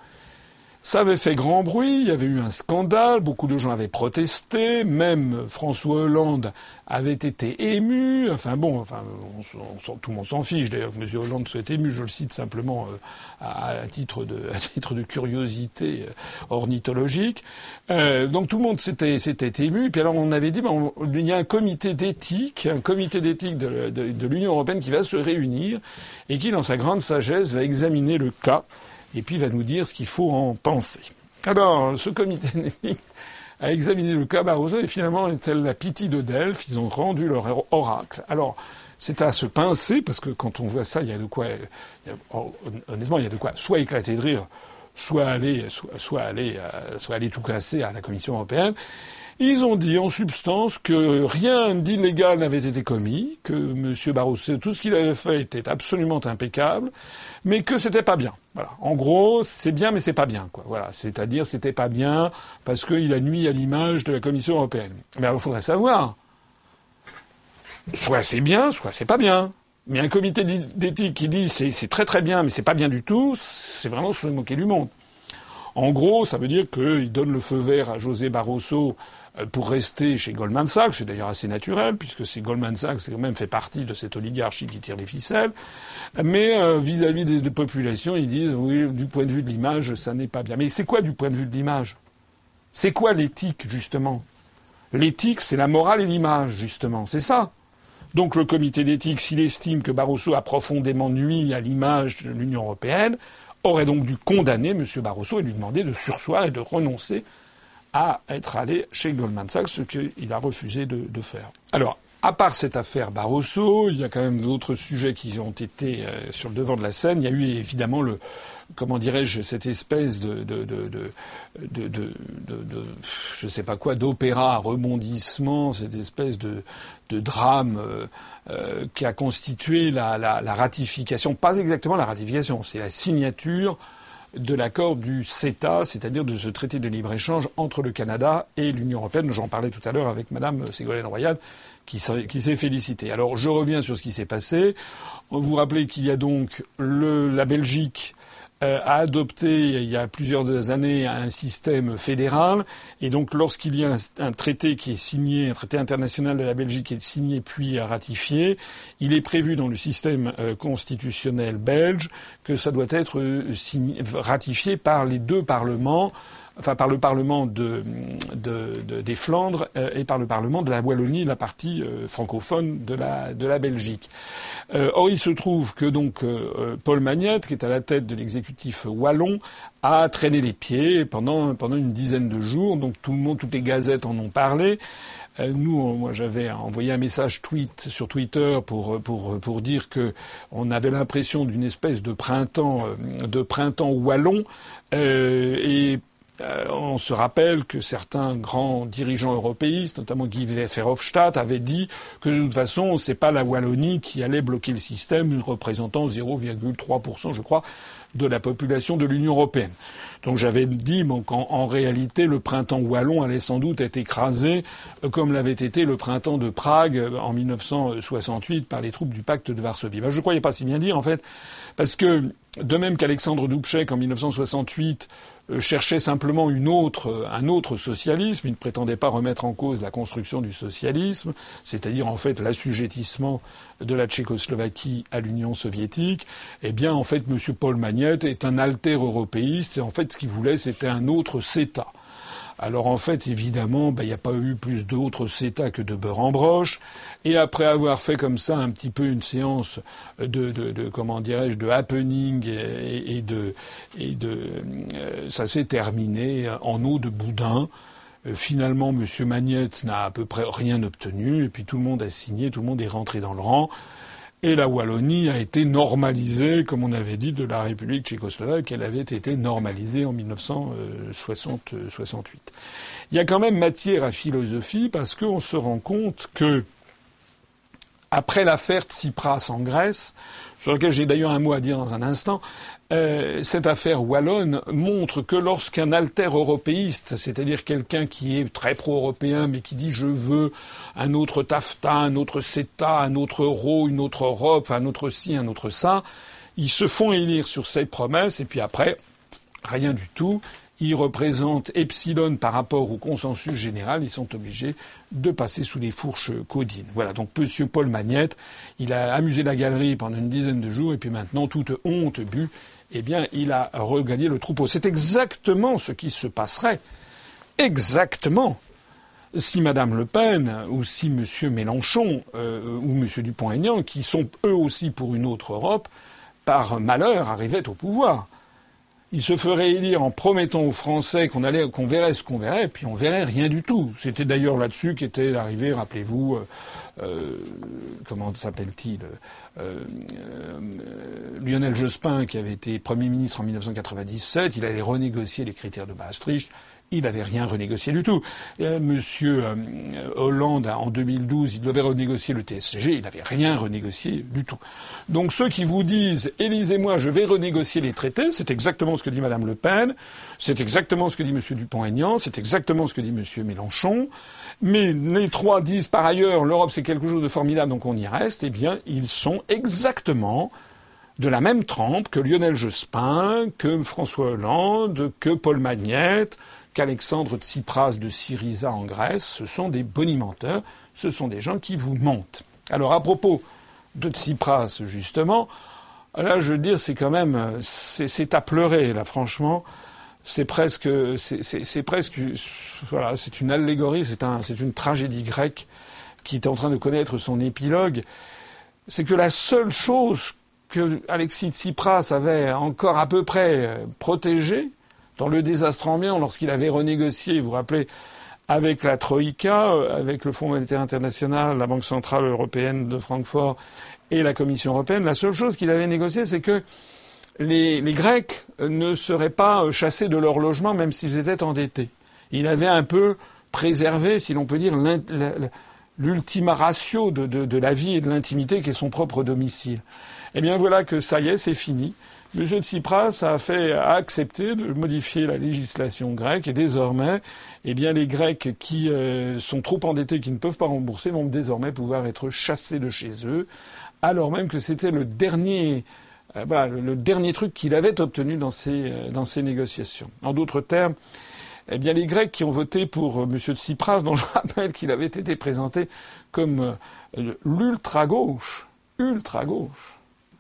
ça avait fait grand bruit, il y avait eu un scandale, beaucoup de gens avaient protesté, même François Hollande avait été ému, enfin bon, enfin, on, on, tout le monde s'en fiche d'ailleurs que M. Hollande soit ému, je le cite simplement euh, à, à, titre de, à titre de curiosité euh, ornithologique. Euh, donc tout le monde s'était, s'était ému, puis alors on avait dit, ben, on, il y a un comité d'éthique, un comité d'éthique de, de, de l'Union européenne qui va se réunir et qui, dans sa grande sagesse, va examiner le cas et puis va nous dire ce qu'il faut en penser. Alors, ce comité d'éthique a examiné le cas Barroso et finalement, tel la Pythie de Delphes, ils ont rendu leur oracle. Alors, c'est à se pincer, parce que quand on voit ça, il y a de quoi, il y a, honnêtement, il y a de quoi soit éclater de rire, soit aller, soit, soit aller, euh, soit aller tout casser à la Commission européenne. Ils ont dit en substance que rien d'illégal n'avait été commis, que M. Barroso, tout ce qu'il avait fait était absolument impeccable, mais que c'était pas bien. Voilà. En gros, c'est bien, mais c'est pas bien, quoi. Voilà. C'est-à-dire, c'était pas bien parce qu'il a nui à l'image de la Commission européenne. Mais alors, il faudrait savoir. Soit c'est bien, soit c'est pas bien. Mais un comité d'éthique qui dit c'est, c'est très très bien, mais c'est pas bien du tout, c'est vraiment se moquer du monde. En gros, ça veut dire qu'il donne le feu vert à José Barroso pour rester chez Goldman Sachs. C'est d'ailleurs assez naturel, puisque c'est Goldman Sachs qui quand même fait partie de cette oligarchie qui tire les ficelles. Mais euh, vis-à-vis des, des populations, ils disent oui, du point de vue de l'image, ça n'est pas bien. Mais c'est quoi du point de vue de l'image ? C'est quoi l'éthique, justement ? L'éthique, c'est la morale et l'image, justement. C'est ça. Donc le comité d'éthique, s'il estime que Barroso a profondément nui à l'image de l'Union européenne, aurait donc dû condamner M. Barroso et lui demander de surseoir et de renoncer à être allé chez Goldman Sachs, ce qu'il a refusé de, de faire. Alors, à part cette affaire Barroso, il y a quand même d'autres sujets qui ont été euh, sur le devant de la scène. Il y a eu évidemment le, comment dirais-je, cette espèce de, de, de, de, de, de, de, de je sais pas quoi, d'opéra à rebondissement, cette espèce de, de drame euh, euh, qui a constitué la, la, la ratification, pas exactement la ratification, c'est la signature de l'accord du CETA, c'est-à-dire de ce traité de libre-échange entre le Canada et l'Union européenne. J'en parlais tout à l'heure avec Madame Ségolène Royal, qui s'est félicitée. Alors, je reviens sur ce qui s'est passé. Vous vous rappelez qu'il y a donc le, la Belgique euh, a adopté, il y a plusieurs années, un système fédéral. Et donc, lorsqu'il y a un, un traité qui est signé, un traité international de la Belgique qui est signé puis ratifié, il est prévu dans le système euh, constitutionnel belge que ça doit être euh, signé, ratifié par les deux parlements, enfin par le Parlement de, de, de, des Flandres euh, et par le Parlement de la Wallonie, la partie euh, francophone de la, de la Belgique. Euh, or, il se trouve que donc euh, Paul Magnette, qui est à la tête de l'exécutif wallon, a traîné les pieds pendant, pendant une dizaine de jours. Donc tout le monde, toutes les gazettes en ont parlé. Euh, nous, moi, j'avais envoyé un message tweet sur Twitter pour pour pour dire que on avait l'impression d'une espèce de printemps de printemps wallon euh, et Euh, on se rappelle que certains grands dirigeants européistes, notamment Guy Verhofstadt, avaient dit que de toute façon, c'est pas la Wallonie qui allait bloquer le système, représentant zéro virgule trois pour cent, je crois, de la population de l'Union européenne. Donc j'avais dit bon, qu'en en réalité, le printemps wallon allait sans doute être écrasé, euh, comme l'avait été le printemps de Prague en mille neuf cent soixante-huit par les troupes du pacte de Varsovie. Ben, je ne croyais pas si bien dire, en fait, parce que de même qu'Alexandre Dubček, en mille neuf cent soixante-huit, cherchait simplement une autre, un autre socialisme. Il ne prétendait pas remettre en cause la construction du socialisme, c'est-à-dire en fait l'assujettissement de la Tchécoslovaquie à l'Union soviétique. Eh bien, en fait, M. Paul Magnette est un alter-européiste et en fait, ce qu'il voulait, c'était un autre CETA. Alors en fait, évidemment, ben, il n'y a pas eu plus d'autres CETA que de beurre en broche. Et après avoir fait comme ça un petit peu une séance de, de, de comment dirais-je, de happening et, et de, et de, euh, ça s'est terminé en eau de boudin. Euh, finalement, M. Magnette n'a à peu près rien obtenu. Et puis tout le monde a signé, tout le monde est rentré dans le rang. Et la Wallonie a été normalisée, comme on avait dit, de la République tchécoslovaque. Elle avait été normalisée en mille neuf cent soixante-huit. Il y a quand même matière à philosophie parce qu'on se rend compte que, après l'affaire Tsipras en Grèce, sur laquelle j'ai d'ailleurs un mot à dire dans un instant, euh, cette affaire wallonne montre que lorsqu'un alter-européiste, c'est-à-dire quelqu'un qui est très pro-européen mais qui dit « je veux un autre TAFTA, un autre CETA, un autre euro, une autre Europe, un autre ci, un autre ça », ils se font élire sur ces promesses et puis après, rien du tout. Ils représentent Epsilon par rapport au consensus général. Ils sont obligés de passer sous les fourches caudines. Voilà, donc M. Paul Magnette, il a amusé la galerie pendant une dizaine de jours et puis maintenant, toute honte bue, eh bien, il a regagné le troupeau. C'est exactement ce qui se passerait, exactement, si Mme Le Pen ou si M. Mélenchon euh, ou M. Dupont-Aignan, qui sont eux aussi pour une autre Europe, par malheur arrivaient au pouvoir. Il se ferait élire en promettant aux Français qu'on allait, qu'on verrait ce qu'on verrait, et puis on verrait rien du tout. C'était d'ailleurs là-dessus qu'était arrivé, rappelez-vous, euh, euh, comment s'appelle-t-il, euh, euh, Lionel Jospin, qui avait été Premier ministre en mille neuf cent quatre-vingt-dix-sept. Il allait renégocier les critères de Maastricht. Il n'avait rien renégocié du tout. Euh, Monsieur euh, Hollande, en deux mille douze, il devait renégocier le T S C G. Il n'avait rien renégocié du tout. Donc ceux qui vous disent « Élisez-moi, je vais renégocier les traités », c'est exactement ce que dit Mme Le Pen, c'est exactement ce que dit M. Dupont-Aignan, c'est exactement ce que dit M. Mélenchon. Mais les trois disent par ailleurs « L'Europe, c'est quelque chose de formidable, donc on y reste ». Eh bien, ils sont exactement de la même trempe que Lionel Jospin, que François Hollande, que Paul Magnette, qu'Alexandre Tsipras de Syriza en Grèce, ce sont des bonimenteurs, ce sont des gens qui vous mentent. Alors à propos de Tsipras, justement, là je veux dire, c'est quand même, c'est, c'est à pleurer, là franchement, c'est presque, c'est, c'est, c'est presque, voilà, c'est une allégorie, c'est un, c'est une tragédie grecque qui est en train de connaître son épilogue. C'est que la seule chose que Alexis Tsipras avait encore à peu près protégée dans le désastre ambiant lorsqu'il avait renégocié, vous vous rappelez, avec la Troïka, avec le Fonds monétaire international, la Banque centrale européenne de Francfort et la Commission européenne, la seule chose qu'il avait négociée, c'est que les, les Grecs ne seraient pas chassés de leur logement même s'ils étaient endettés. Il avait un peu préservé, si l'on peut dire, l'ultima ratio de, de, de la vie et de l'intimité qui est son propre domicile. Eh bien voilà que ça y est, c'est fini. M. Tsipras a fait, a accepté de modifier la législation grecque et désormais, eh bien les Grecs qui euh, sont trop endettés, qui ne peuvent pas rembourser, vont désormais pouvoir être chassés de chez eux, alors même que c'était le dernier, euh, voilà, le, le dernier truc qu'il avait obtenu dans ces, euh, dans ces négociations. En d'autres termes, eh bien les Grecs qui ont voté pour euh, M. Tsipras, dont je rappelle qu'il avait été présenté comme euh, l'ultra-gauche, ultra-gauche,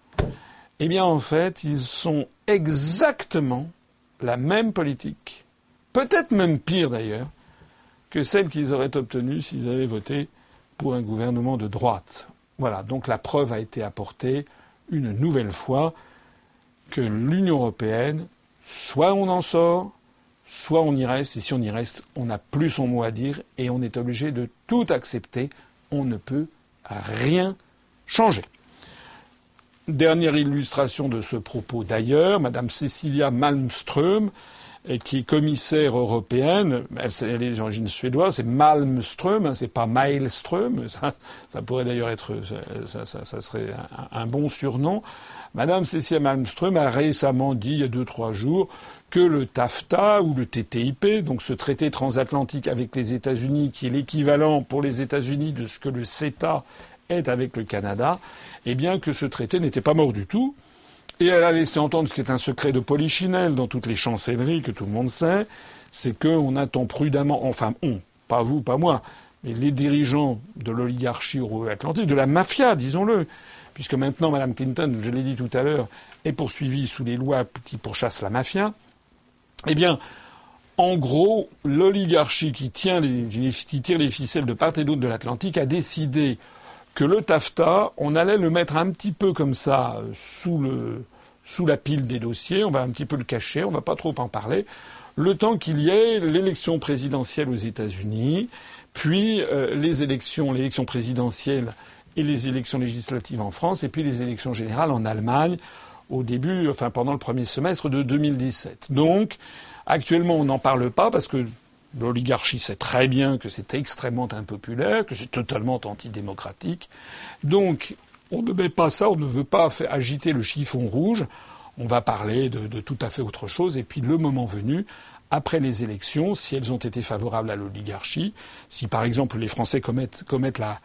eh bien, en fait, ils sont exactement la même politique, peut-être même pire d'ailleurs, que celle qu'ils auraient obtenue s'ils avaient voté pour un gouvernement de droite. Voilà, donc la preuve a été apportée une nouvelle fois que l'Union européenne, soit on en sort, soit on y reste, et si on y reste, on n'a plus son mot à dire et on est obligé de tout accepter. On ne peut rien changer. Dernière illustration de ce propos d'ailleurs, Madame Cecilia Malmström, qui est commissaire européenne, elle, elle est d'origine suédoise, c'est Malmström, hein, c'est pas Maelström, ça, ça pourrait d'ailleurs être, ça, ça, ça serait un, un bon surnom. Madame Cecilia Malmström a récemment dit, il y a deux, trois jours, que le TAFTA ou le T T I P, donc ce traité transatlantique avec les États-Unis, qui est l'équivalent pour les États-Unis de ce que le CETA est avec le Canada, eh bien que ce traité n'était pas mort du tout. Et elle a laissé entendre ce qui est un secret de polichinelle dans toutes les chancelleries que tout le monde sait, c'est qu'on attend prudemment, enfin on, pas vous, pas moi, mais les dirigeants de l'oligarchie euro-atlantique, de la mafia, disons-le, puisque maintenant Mme Clinton, je l'ai dit tout à l'heure, est poursuivie sous les lois qui pourchassent la mafia, eh bien, en gros, l'oligarchie qui tient les, qui tire les ficelles de part et d'autre de l'Atlantique a décidé que le TAFTA, on allait le mettre un petit peu comme ça sous le sous la pile des dossiers, on va un petit peu le cacher, on va pas trop en parler, le temps qu'il y ait l'élection présidentielle aux États-Unis, puis euh, les élections, l'élection présidentielle et les élections législatives en France, et puis les élections générales en Allemagne au début, enfin pendant le premier semestre de deux mille dix-sept. Donc, actuellement, on n'en parle pas parce que l'oligarchie sait très bien que c'est extrêmement impopulaire, que c'est totalement antidémocratique. Donc, on ne met pas ça, on ne veut pas faire agiter le chiffon rouge. On va parler de, de tout à fait autre chose. Et puis, le moment venu, après les élections, si elles ont été favorables à l'oligarchie, si par exemple les Français commettent, commettent la,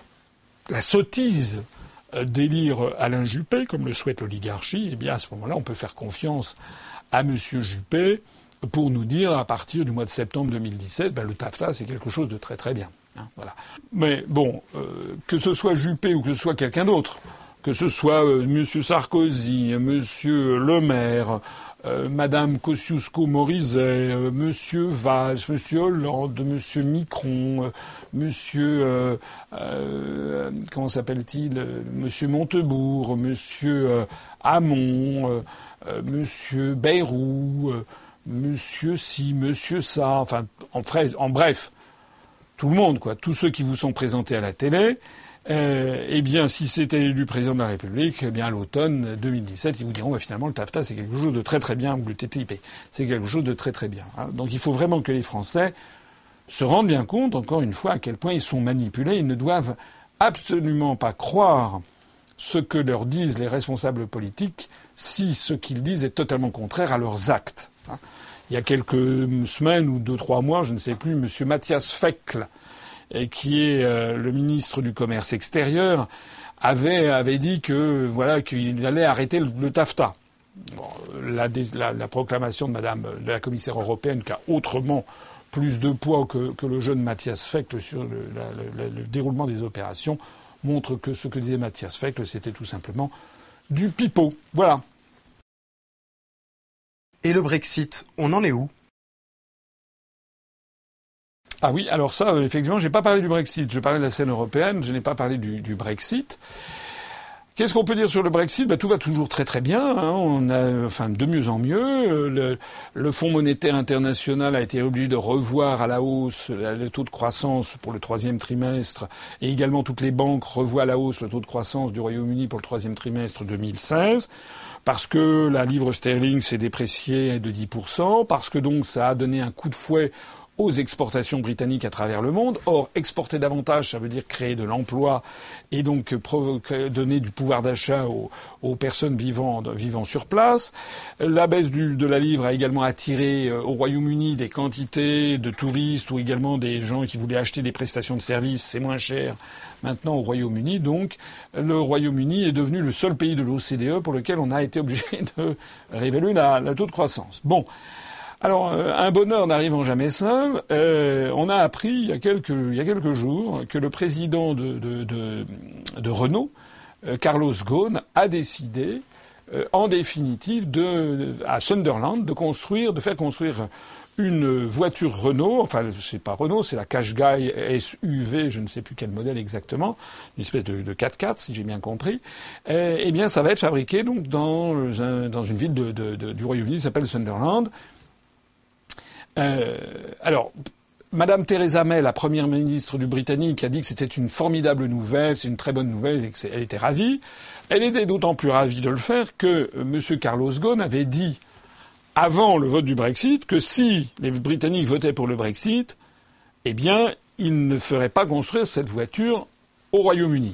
la sottise d'élire Alain Juppé, comme le souhaite l'oligarchie, eh bien à ce moment-là, on peut faire confiance à M. Juppé pour nous dire, à partir du mois de septembre deux mille dix-sept, ben, le TAFTA, c'est quelque chose de très très bien. Hein, voilà. Mais bon, euh, que ce soit Juppé ou que ce soit quelqu'un d'autre, que ce soit euh, M. Sarkozy, M. Le Maire, euh, Mme Kosciusko-Morizet, euh, M. Valls, M. Hollande, M. Micron, euh, M. Euh, euh, comment s'appelle-t-il, euh, M. Montebourg, M. Euh, Hamon, euh, euh, M. Bayrou, euh, Monsieur ci, monsieur ça, enfin, en, fraise, en bref, tout le monde, quoi, tous ceux qui vous sont présentés à la télé, euh, eh bien, si c'était élu président de la République, eh bien, à l'automne deux mille dix-sept, ils vous diront, bah, finalement, le TAFTA, c'est quelque chose de très très bien, ou le T T I P, c'est quelque chose de très très bien. Hein. Donc, il faut vraiment que les Français se rendent bien compte, encore une fois, à quel point ils sont manipulés. Ils ne doivent absolument pas croire ce que leur disent les responsables politiques si ce qu'ils disent est totalement contraire à leurs actes. Il y a quelques semaines ou deux, trois mois, je ne sais plus, M. Matthias Fekl, qui est euh, le ministre du Commerce extérieur, avait, avait dit que voilà qu'il allait arrêter le, le TAFTA. bon, la, la, la proclamation de Madame de la commissaire européenne qui a autrement plus de poids que, que le jeune Matthias Fekl sur le, la, le, le déroulement des opérations montre que ce que disait Matthias Fekl, c'était tout simplement du pipeau. Voilà. Et le Brexit, on en est où ? Ah oui, alors ça, euh, effectivement, j'ai pas parlé du Brexit. Je parlais de la scène européenne, je n'ai pas parlé du, du Brexit. Qu'est-ce qu'on peut dire sur le Brexit ? Ben, tout va toujours très très bien. Hein. On a, enfin, de mieux en mieux. Le, le Fonds monétaire international a été obligé de revoir à la hausse le taux de croissance pour le troisième trimestre, et également toutes les banques revoient à la hausse le taux de croissance du Royaume-Uni pour le troisième trimestre deux mille seize. Parce que la livre sterling s'est dépréciée de dix pour cent, parce que donc ça a donné un coup de fouet aux exportations britanniques à travers le monde. Or, exporter davantage, ça veut dire créer de l'emploi et donc donner du pouvoir d'achat aux, aux personnes vivant, vivant sur place. La baisse du, de la livre a également attiré au Royaume-Uni des quantités de touristes ou également des gens qui voulaient acheter des prestations de services. C'est moins cher maintenant au Royaume-Uni. Donc, le Royaume-Uni est devenu le seul pays de l'O C D E pour lequel on a été obligé de révéler la, la taux de croissance. Bon. Alors, euh, un bonheur n'arrivant jamais seul, euh, on a appris il y a quelques, il y a quelques jours que le président de, de, de, de Renault, euh, Carlos Ghosn, a décidé, euh, en définitive, de, à Sunderland, de construire, de faire construire une voiture Renault, enfin, c'est pas Renault, c'est la Qashqai S U V, je ne sais plus quel modèle exactement, une espèce de, de quatre-quatre, si j'ai bien compris. Euh, eh bien, ça va être fabriqué donc dans, un, dans une ville de, de, de, du Royaume-Uni qui s'appelle Sunderland. Euh, alors, Madame Theresa May, la première ministre du Britannique, a dit que c'était une formidable nouvelle, c'est une très bonne nouvelle et qu'elle était ravie. Elle était d'autant plus ravie de le faire que euh, M. Carlos Ghosn avait dit, avant le vote du Brexit, que si les Britanniques votaient pour le Brexit, eh bien, ils ne feraient pas construire cette voiture au Royaume-Uni.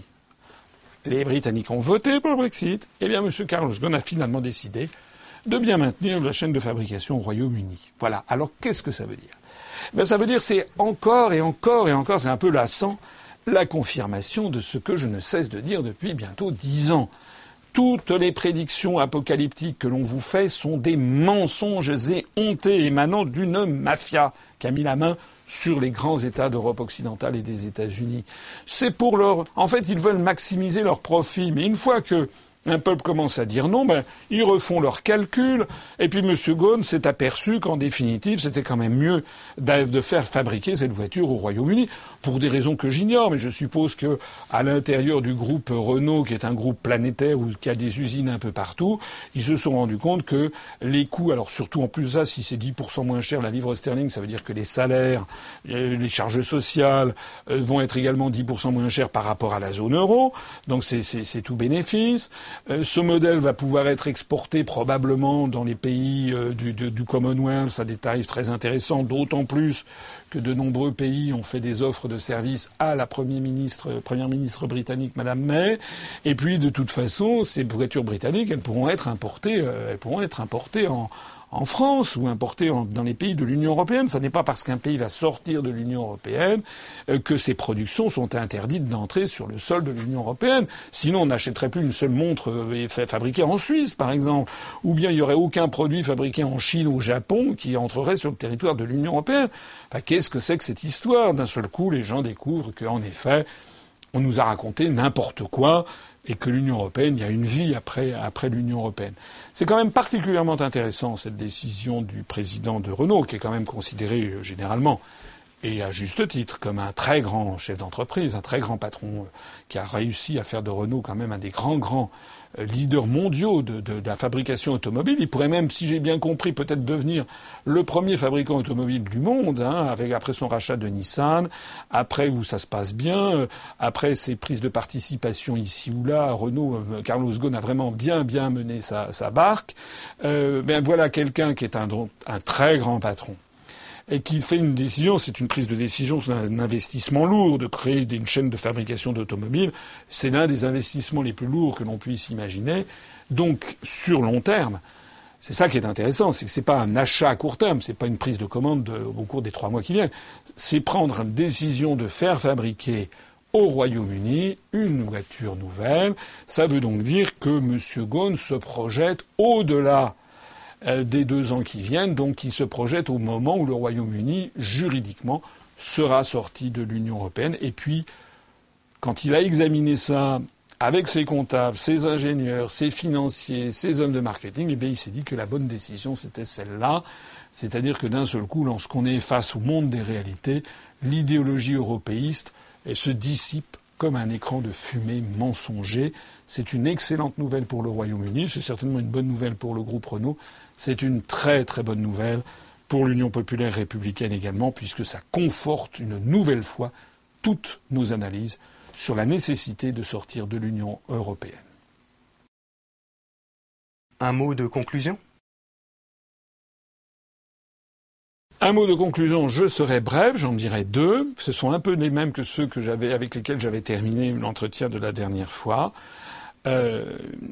Les Britanniques ont voté pour le Brexit, eh bien, M. Carlos Ghosn a finalement décidé de bien maintenir la chaîne de fabrication au Royaume-Uni. Voilà. Alors, qu'est-ce que ça veut dire ? Ben, ça veut dire c'est encore et encore et encore, c'est un peu lassant, la confirmation de ce que je ne cesse de dire depuis bientôt dix ans. Toutes les prédictions apocalyptiques que l'on vous fait sont des mensonges éhontés émanant d'une mafia qui a mis la main sur les grands États d'Europe occidentale et des États-Unis. C'est pour leur... En fait, ils veulent maximiser leurs profits, mais une fois que un peuple commence à dire non, ben, ils refont leurs calculs, et puis M. Ghosn s'est aperçu qu'en définitive, c'était quand même mieux de faire fabriquer cette voiture au Royaume-Uni, pour des raisons que j'ignore, mais je suppose que à l'intérieur du groupe Renault, qui est un groupe planétaire ou qui a des usines un peu partout, ils se sont rendus compte que les coûts, alors surtout en plus de ça, si c'est dix pour cent moins cher la livre sterling, ça veut dire que les salaires, les charges sociales vont être également dix pour cent moins chers par rapport à la zone euro, donc c'est, c'est, c'est tout bénéfice. Ce modèle va pouvoir être exporté probablement dans les pays du, du, du Commonwealth à des tarifs très intéressants, d'autant plus que de nombreux pays ont fait des offres de services à la première ministre, première ministre britannique, Madame May. Et puis, de toute façon, ces voitures britanniques, elles pourront être importées, euh, elles pourront être importées en, en France ou importées en, dans les pays de l'Union européenne. Ça n'est pas parce qu'un pays va sortir de l'Union européenne euh, que ses productions sont interdites d'entrer sur le sol de l'Union européenne. Sinon, on n'achèterait plus une seule montre euh, fabriquée en Suisse, par exemple. Ou bien il n'y aurait aucun produit fabriqué en Chine ou au Japon qui entrerait sur le territoire de l'Union européenne. Enfin, qu'est-ce que c'est que cette histoire ? D'un seul coup, les gens découvrent qu'en effet, on nous a raconté n'importe quoi et que l'Union européenne, il y a une vie après, après l'Union européenne. C'est quand même particulièrement intéressant, cette décision du président de Renault, qui est quand même considéré euh, généralement, et à juste titre, comme un très grand chef d'entreprise, un très grand patron, euh, qui a réussi à faire de Renault quand même un des grands, grands euh, leaders mondiaux de, de, de la fabrication automobile. Il pourrait même, si j'ai bien compris, peut-être devenir le premier fabricant automobile du monde, hein, avec, après son rachat de Nissan, après où ça se passe bien, euh, après ses prises de participation ici ou là, Renault, euh, Carlos Ghosn a vraiment bien, bien mené sa, sa barque. Euh, ben voilà quelqu'un qui est un, un très grand patron et qui fait une décision, c'est une prise de décision, c'est un investissement lourd de créer une chaîne de fabrication d'automobiles. C'est l'un des investissements les plus lourds que l'on puisse imaginer. Donc, sur long terme, c'est ça qui est intéressant, c'est que c'est pas un achat à court terme, c'est pas une prise de commande de, au cours des trois mois qui viennent. C'est prendre une décision de faire fabriquer au Royaume-Uni une voiture nouvelle. Ça veut donc dire que M. Ghosn se projette au-delà des deux ans qui viennent, donc il se projette au moment où le Royaume-Uni, juridiquement, sera sorti de l'Union européenne. Et puis, quand il a examiné ça avec ses comptables, ses ingénieurs, ses financiers, ses hommes de marketing, eh bien, il s'est dit que la bonne décision, c'était celle-là. C'est-à-dire que d'un seul coup, lorsqu'on est face au monde des réalités, l'idéologie européiste elle se dissipe comme un écran de fumée mensonger. C'est une excellente nouvelle pour le Royaume-Uni. C'est certainement une bonne nouvelle pour le groupe Renault. C'est une très très bonne nouvelle pour l'Union populaire républicaine également, puisque ça conforte une nouvelle fois toutes nos analyses sur la nécessité de sortir de l'Union européenne. Un mot de conclusion ? Un mot de conclusion, je serai bref, j'en dirai deux. Ce sont un peu les mêmes que ceux que j'avais, avec lesquels j'avais terminé l'entretien de la dernière fois. Euh,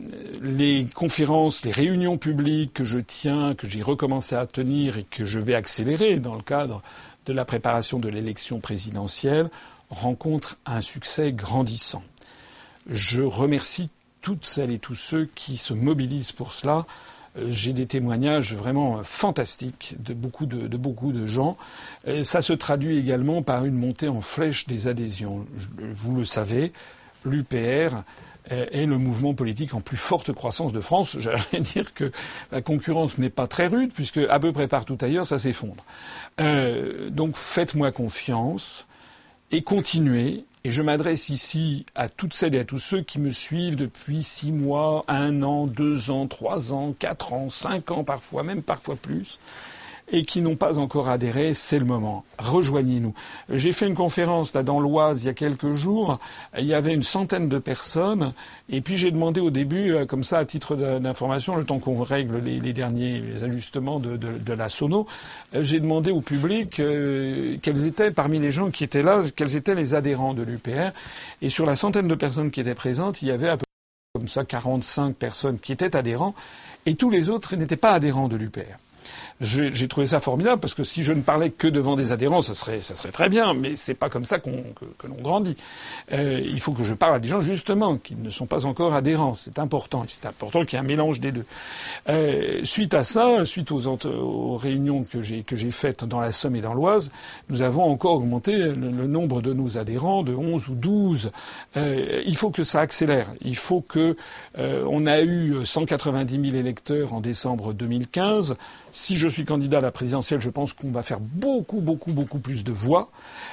les conférences, les réunions publiques que je tiens, que j'ai recommencé à tenir et que je vais accélérer dans le cadre de la préparation de l'élection présidentielle rencontrent un succès grandissant. Je remercie toutes celles et tous ceux qui se mobilisent pour cela. J'ai des témoignages vraiment fantastiques de beaucoup de, de beaucoup de gens. Et ça se traduit également par une montée en flèche des adhésions. Vous le savez, l'U P R est le mouvement politique en plus forte croissance de France. J'allais dire que la concurrence n'est pas très rude, puisque à peu près partout ailleurs, ça s'effondre. Euh, donc faites-moi confiance et continuez. Et je m'adresse ici à toutes celles et à tous ceux qui me suivent depuis six mois, un an, deux ans, trois ans, quatre ans, cinq ans parfois, même parfois plus, et qui n'ont pas encore adhéré. C'est le moment. Rejoignez-nous. J'ai fait une conférence là dans l'Oise il y a quelques jours. Il y avait une centaine de personnes. Et puis j'ai demandé au début, comme ça à titre d'information, le temps qu'on règle les, les derniers les ajustements de, de, de la sono, j'ai demandé au public euh, quels étaient parmi les gens qui étaient là, quels étaient les adhérents de l'U P R. Et sur la centaine de personnes qui étaient présentes, il y avait à peu près comme ça quarante-cinq personnes qui étaient adhérents, et tous les autres n'étaient pas adhérents de l'U P R. J'ai trouvé ça formidable parce que si je ne parlais que devant des adhérents, ça serait, ça serait très bien, mais c'est pas comme ça qu'on, que, que l'on grandit. Euh, il faut que je parle à des gens justement qui ne sont pas encore adhérents. C'est important. C'est important qu'il y ait un mélange des deux. Euh, suite à ça, suite aux, aux réunions que j'ai que j'ai faites dans la Somme et dans l'Oise, nous avons encore augmenté le, le nombre de nos adhérents de onze ou douze. Euh, il faut que ça accélère. Il faut que euh, on a eu cent quatre-vingt-dix mille électeurs en décembre deux mille quinze. Si je suis candidat à la présidentielle, je pense qu'on va faire beaucoup, beaucoup, beaucoup plus de voix.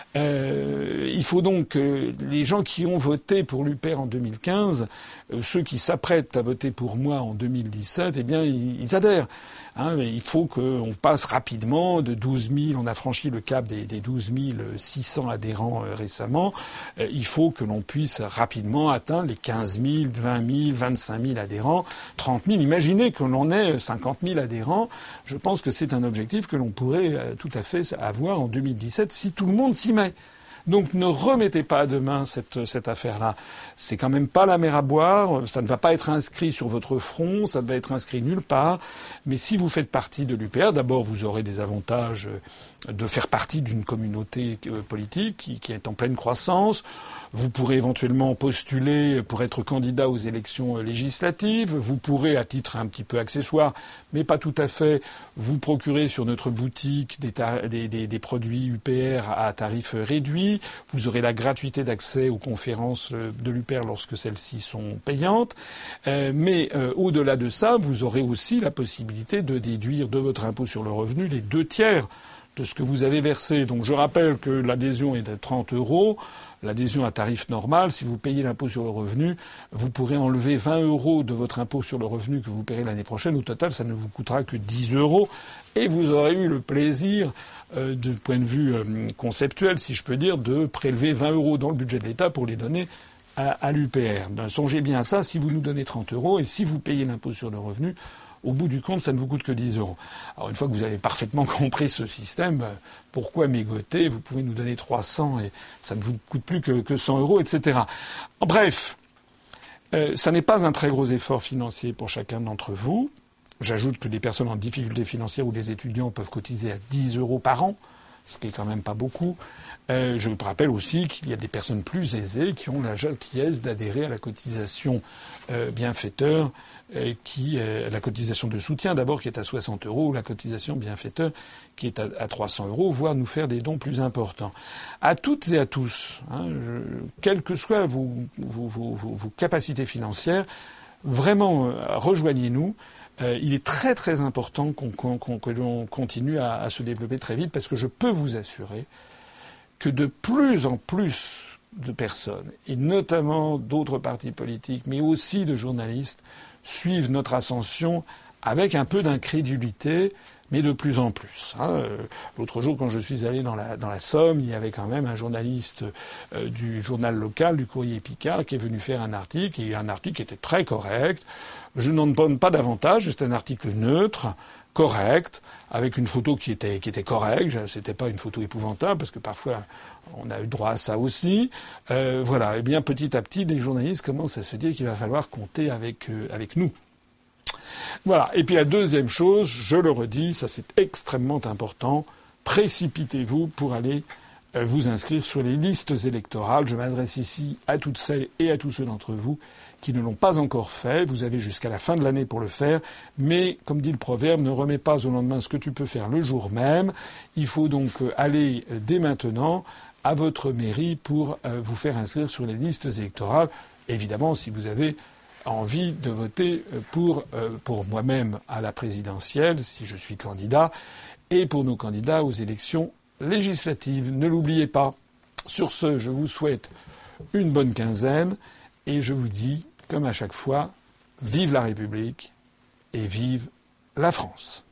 Euh, il faut donc que les gens qui ont voté pour l'U P R en deux mille quinze, euh, ceux qui s'apprêtent à voter pour moi en deux mille dix-sept, eh bien, ils, ils adhèrent. Hein, il faut qu'on passe rapidement de douze mille, on a franchi le cap des, des douze mille six cents adhérents euh, récemment. Euh, il faut que l'on puisse rapidement atteindre les quinze mille, vingt mille, vingt-cinq mille adhérents, trente mille. Imaginez que l'on ait cinquante mille adhérents. Je pense que c'est un objectif que l'on pourrait euh, tout à fait avoir en deux mille dix-sept si tout le monde s'y met. Donc ne remettez pas à demain cette, cette affaire-là. C'est quand même pas la mer à boire. Ça ne va pas être inscrit sur votre front. Ça ne va être inscrit nulle part. Mais si vous faites partie de l'U P R, d'abord vous aurez des avantages de faire partie d'une communauté politique qui, qui est en pleine croissance. Vous pourrez éventuellement postuler pour être candidat aux élections législatives. Vous pourrez, à titre un petit peu accessoire, mais pas tout à fait, vous procurer sur notre boutique des, des, des, des produits U P R à tarif réduit. Vous aurez la gratuité d'accès aux conférences de l'U P R lorsque celles-ci sont payantes. Euh, mais euh, au-delà de ça, vous aurez aussi la possibilité de déduire de votre impôt sur le revenu les deux tiers de ce que vous avez versé. Donc je rappelle que l'adhésion est de trente euros. L'adhésion à tarif normal, si vous payez l'impôt sur le revenu, vous pourrez enlever vingt euros de votre impôt sur le revenu que vous paierez l'année prochaine. Au total, ça ne vous coûtera que dix euros. Et vous aurez eu le plaisir, euh, du point de vue euh, conceptuel, si je peux dire, de prélever vingt euros dans le budget de l'État pour les donner à, à l'U P R. Donc, songez bien à ça, si vous nous donnez trente euros et si vous payez l'impôt sur le revenu, au bout du compte, ça ne vous coûte que dix euros. Alors, une fois que vous avez parfaitement compris ce système, pourquoi mégoter? Vous pouvez nous donner trois cents et ça ne vous coûte plus que, que cent euros, et cetera. Bref, euh, ça n'est pas un très gros effort financier pour chacun d'entre vous. J'ajoute que les personnes en difficulté financière ou les étudiants peuvent cotiser à dix euros par an. ce qui est quand même pas beaucoup. Euh, je vous rappelle aussi qu'il y a des personnes plus aisées qui ont la gentillesse d'adhérer à la cotisation euh, bienfaiteur, euh, qui euh, la cotisation de soutien d'abord qui est à soixante euros, ou la cotisation bienfaiteur qui est à, à trois cents euros, voire nous faire des dons plus importants. À toutes et à tous, hein, je, quelles que soient vos, vos, vos, vos, vos capacités financières, vraiment euh, rejoignez-nous. Euh, il est très très important qu'on, qu'on, qu'on, que l'on continue à, à se développer très vite, parce que je peux vous assurer que de plus en plus de personnes, et notamment d'autres partis politiques, mais aussi de journalistes, suivent notre ascension avec un peu d'incrédulité, mais de plus en plus. Hein. L'autre jour, quand je suis allé dans la, dans la Somme, il y avait quand même un journaliste euh, du journal local, du Courrier Picard, qui est venu faire un article, et un article qui était très correct. Je n'en donne pas davantage, c'est un article neutre, correct, avec une photo qui était, qui était correcte. C'était pas une photo épouvantable, parce que parfois on a eu droit à ça aussi. Euh, voilà. Et bien petit à petit, les journalistes commencent à se dire qu'il va falloir compter avec, euh, avec nous. Voilà. Et puis la deuxième chose, je le redis, ça c'est extrêmement important, précipitez-vous pour aller euh, vous inscrire sur les listes électorales. Je m'adresse ici à toutes celles et à tous ceux d'entre vous qui ne l'ont pas encore fait. Vous avez jusqu'à la fin de l'année pour le faire. Mais, comme dit le proverbe, ne remets pas au lendemain ce que tu peux faire le jour même. Il faut donc aller dès maintenant à votre mairie pour euh, vous faire inscrire sur les listes électorales. Évidemment, si vous avez envie de voter pour, euh, pour moi-même à la présidentielle, si je suis candidat, et pour nos candidats aux élections législatives. Ne l'oubliez pas. Sur ce, je vous souhaite une bonne quinzaine. Et je vous dis, comme à chaque fois, vive la République et vive la France.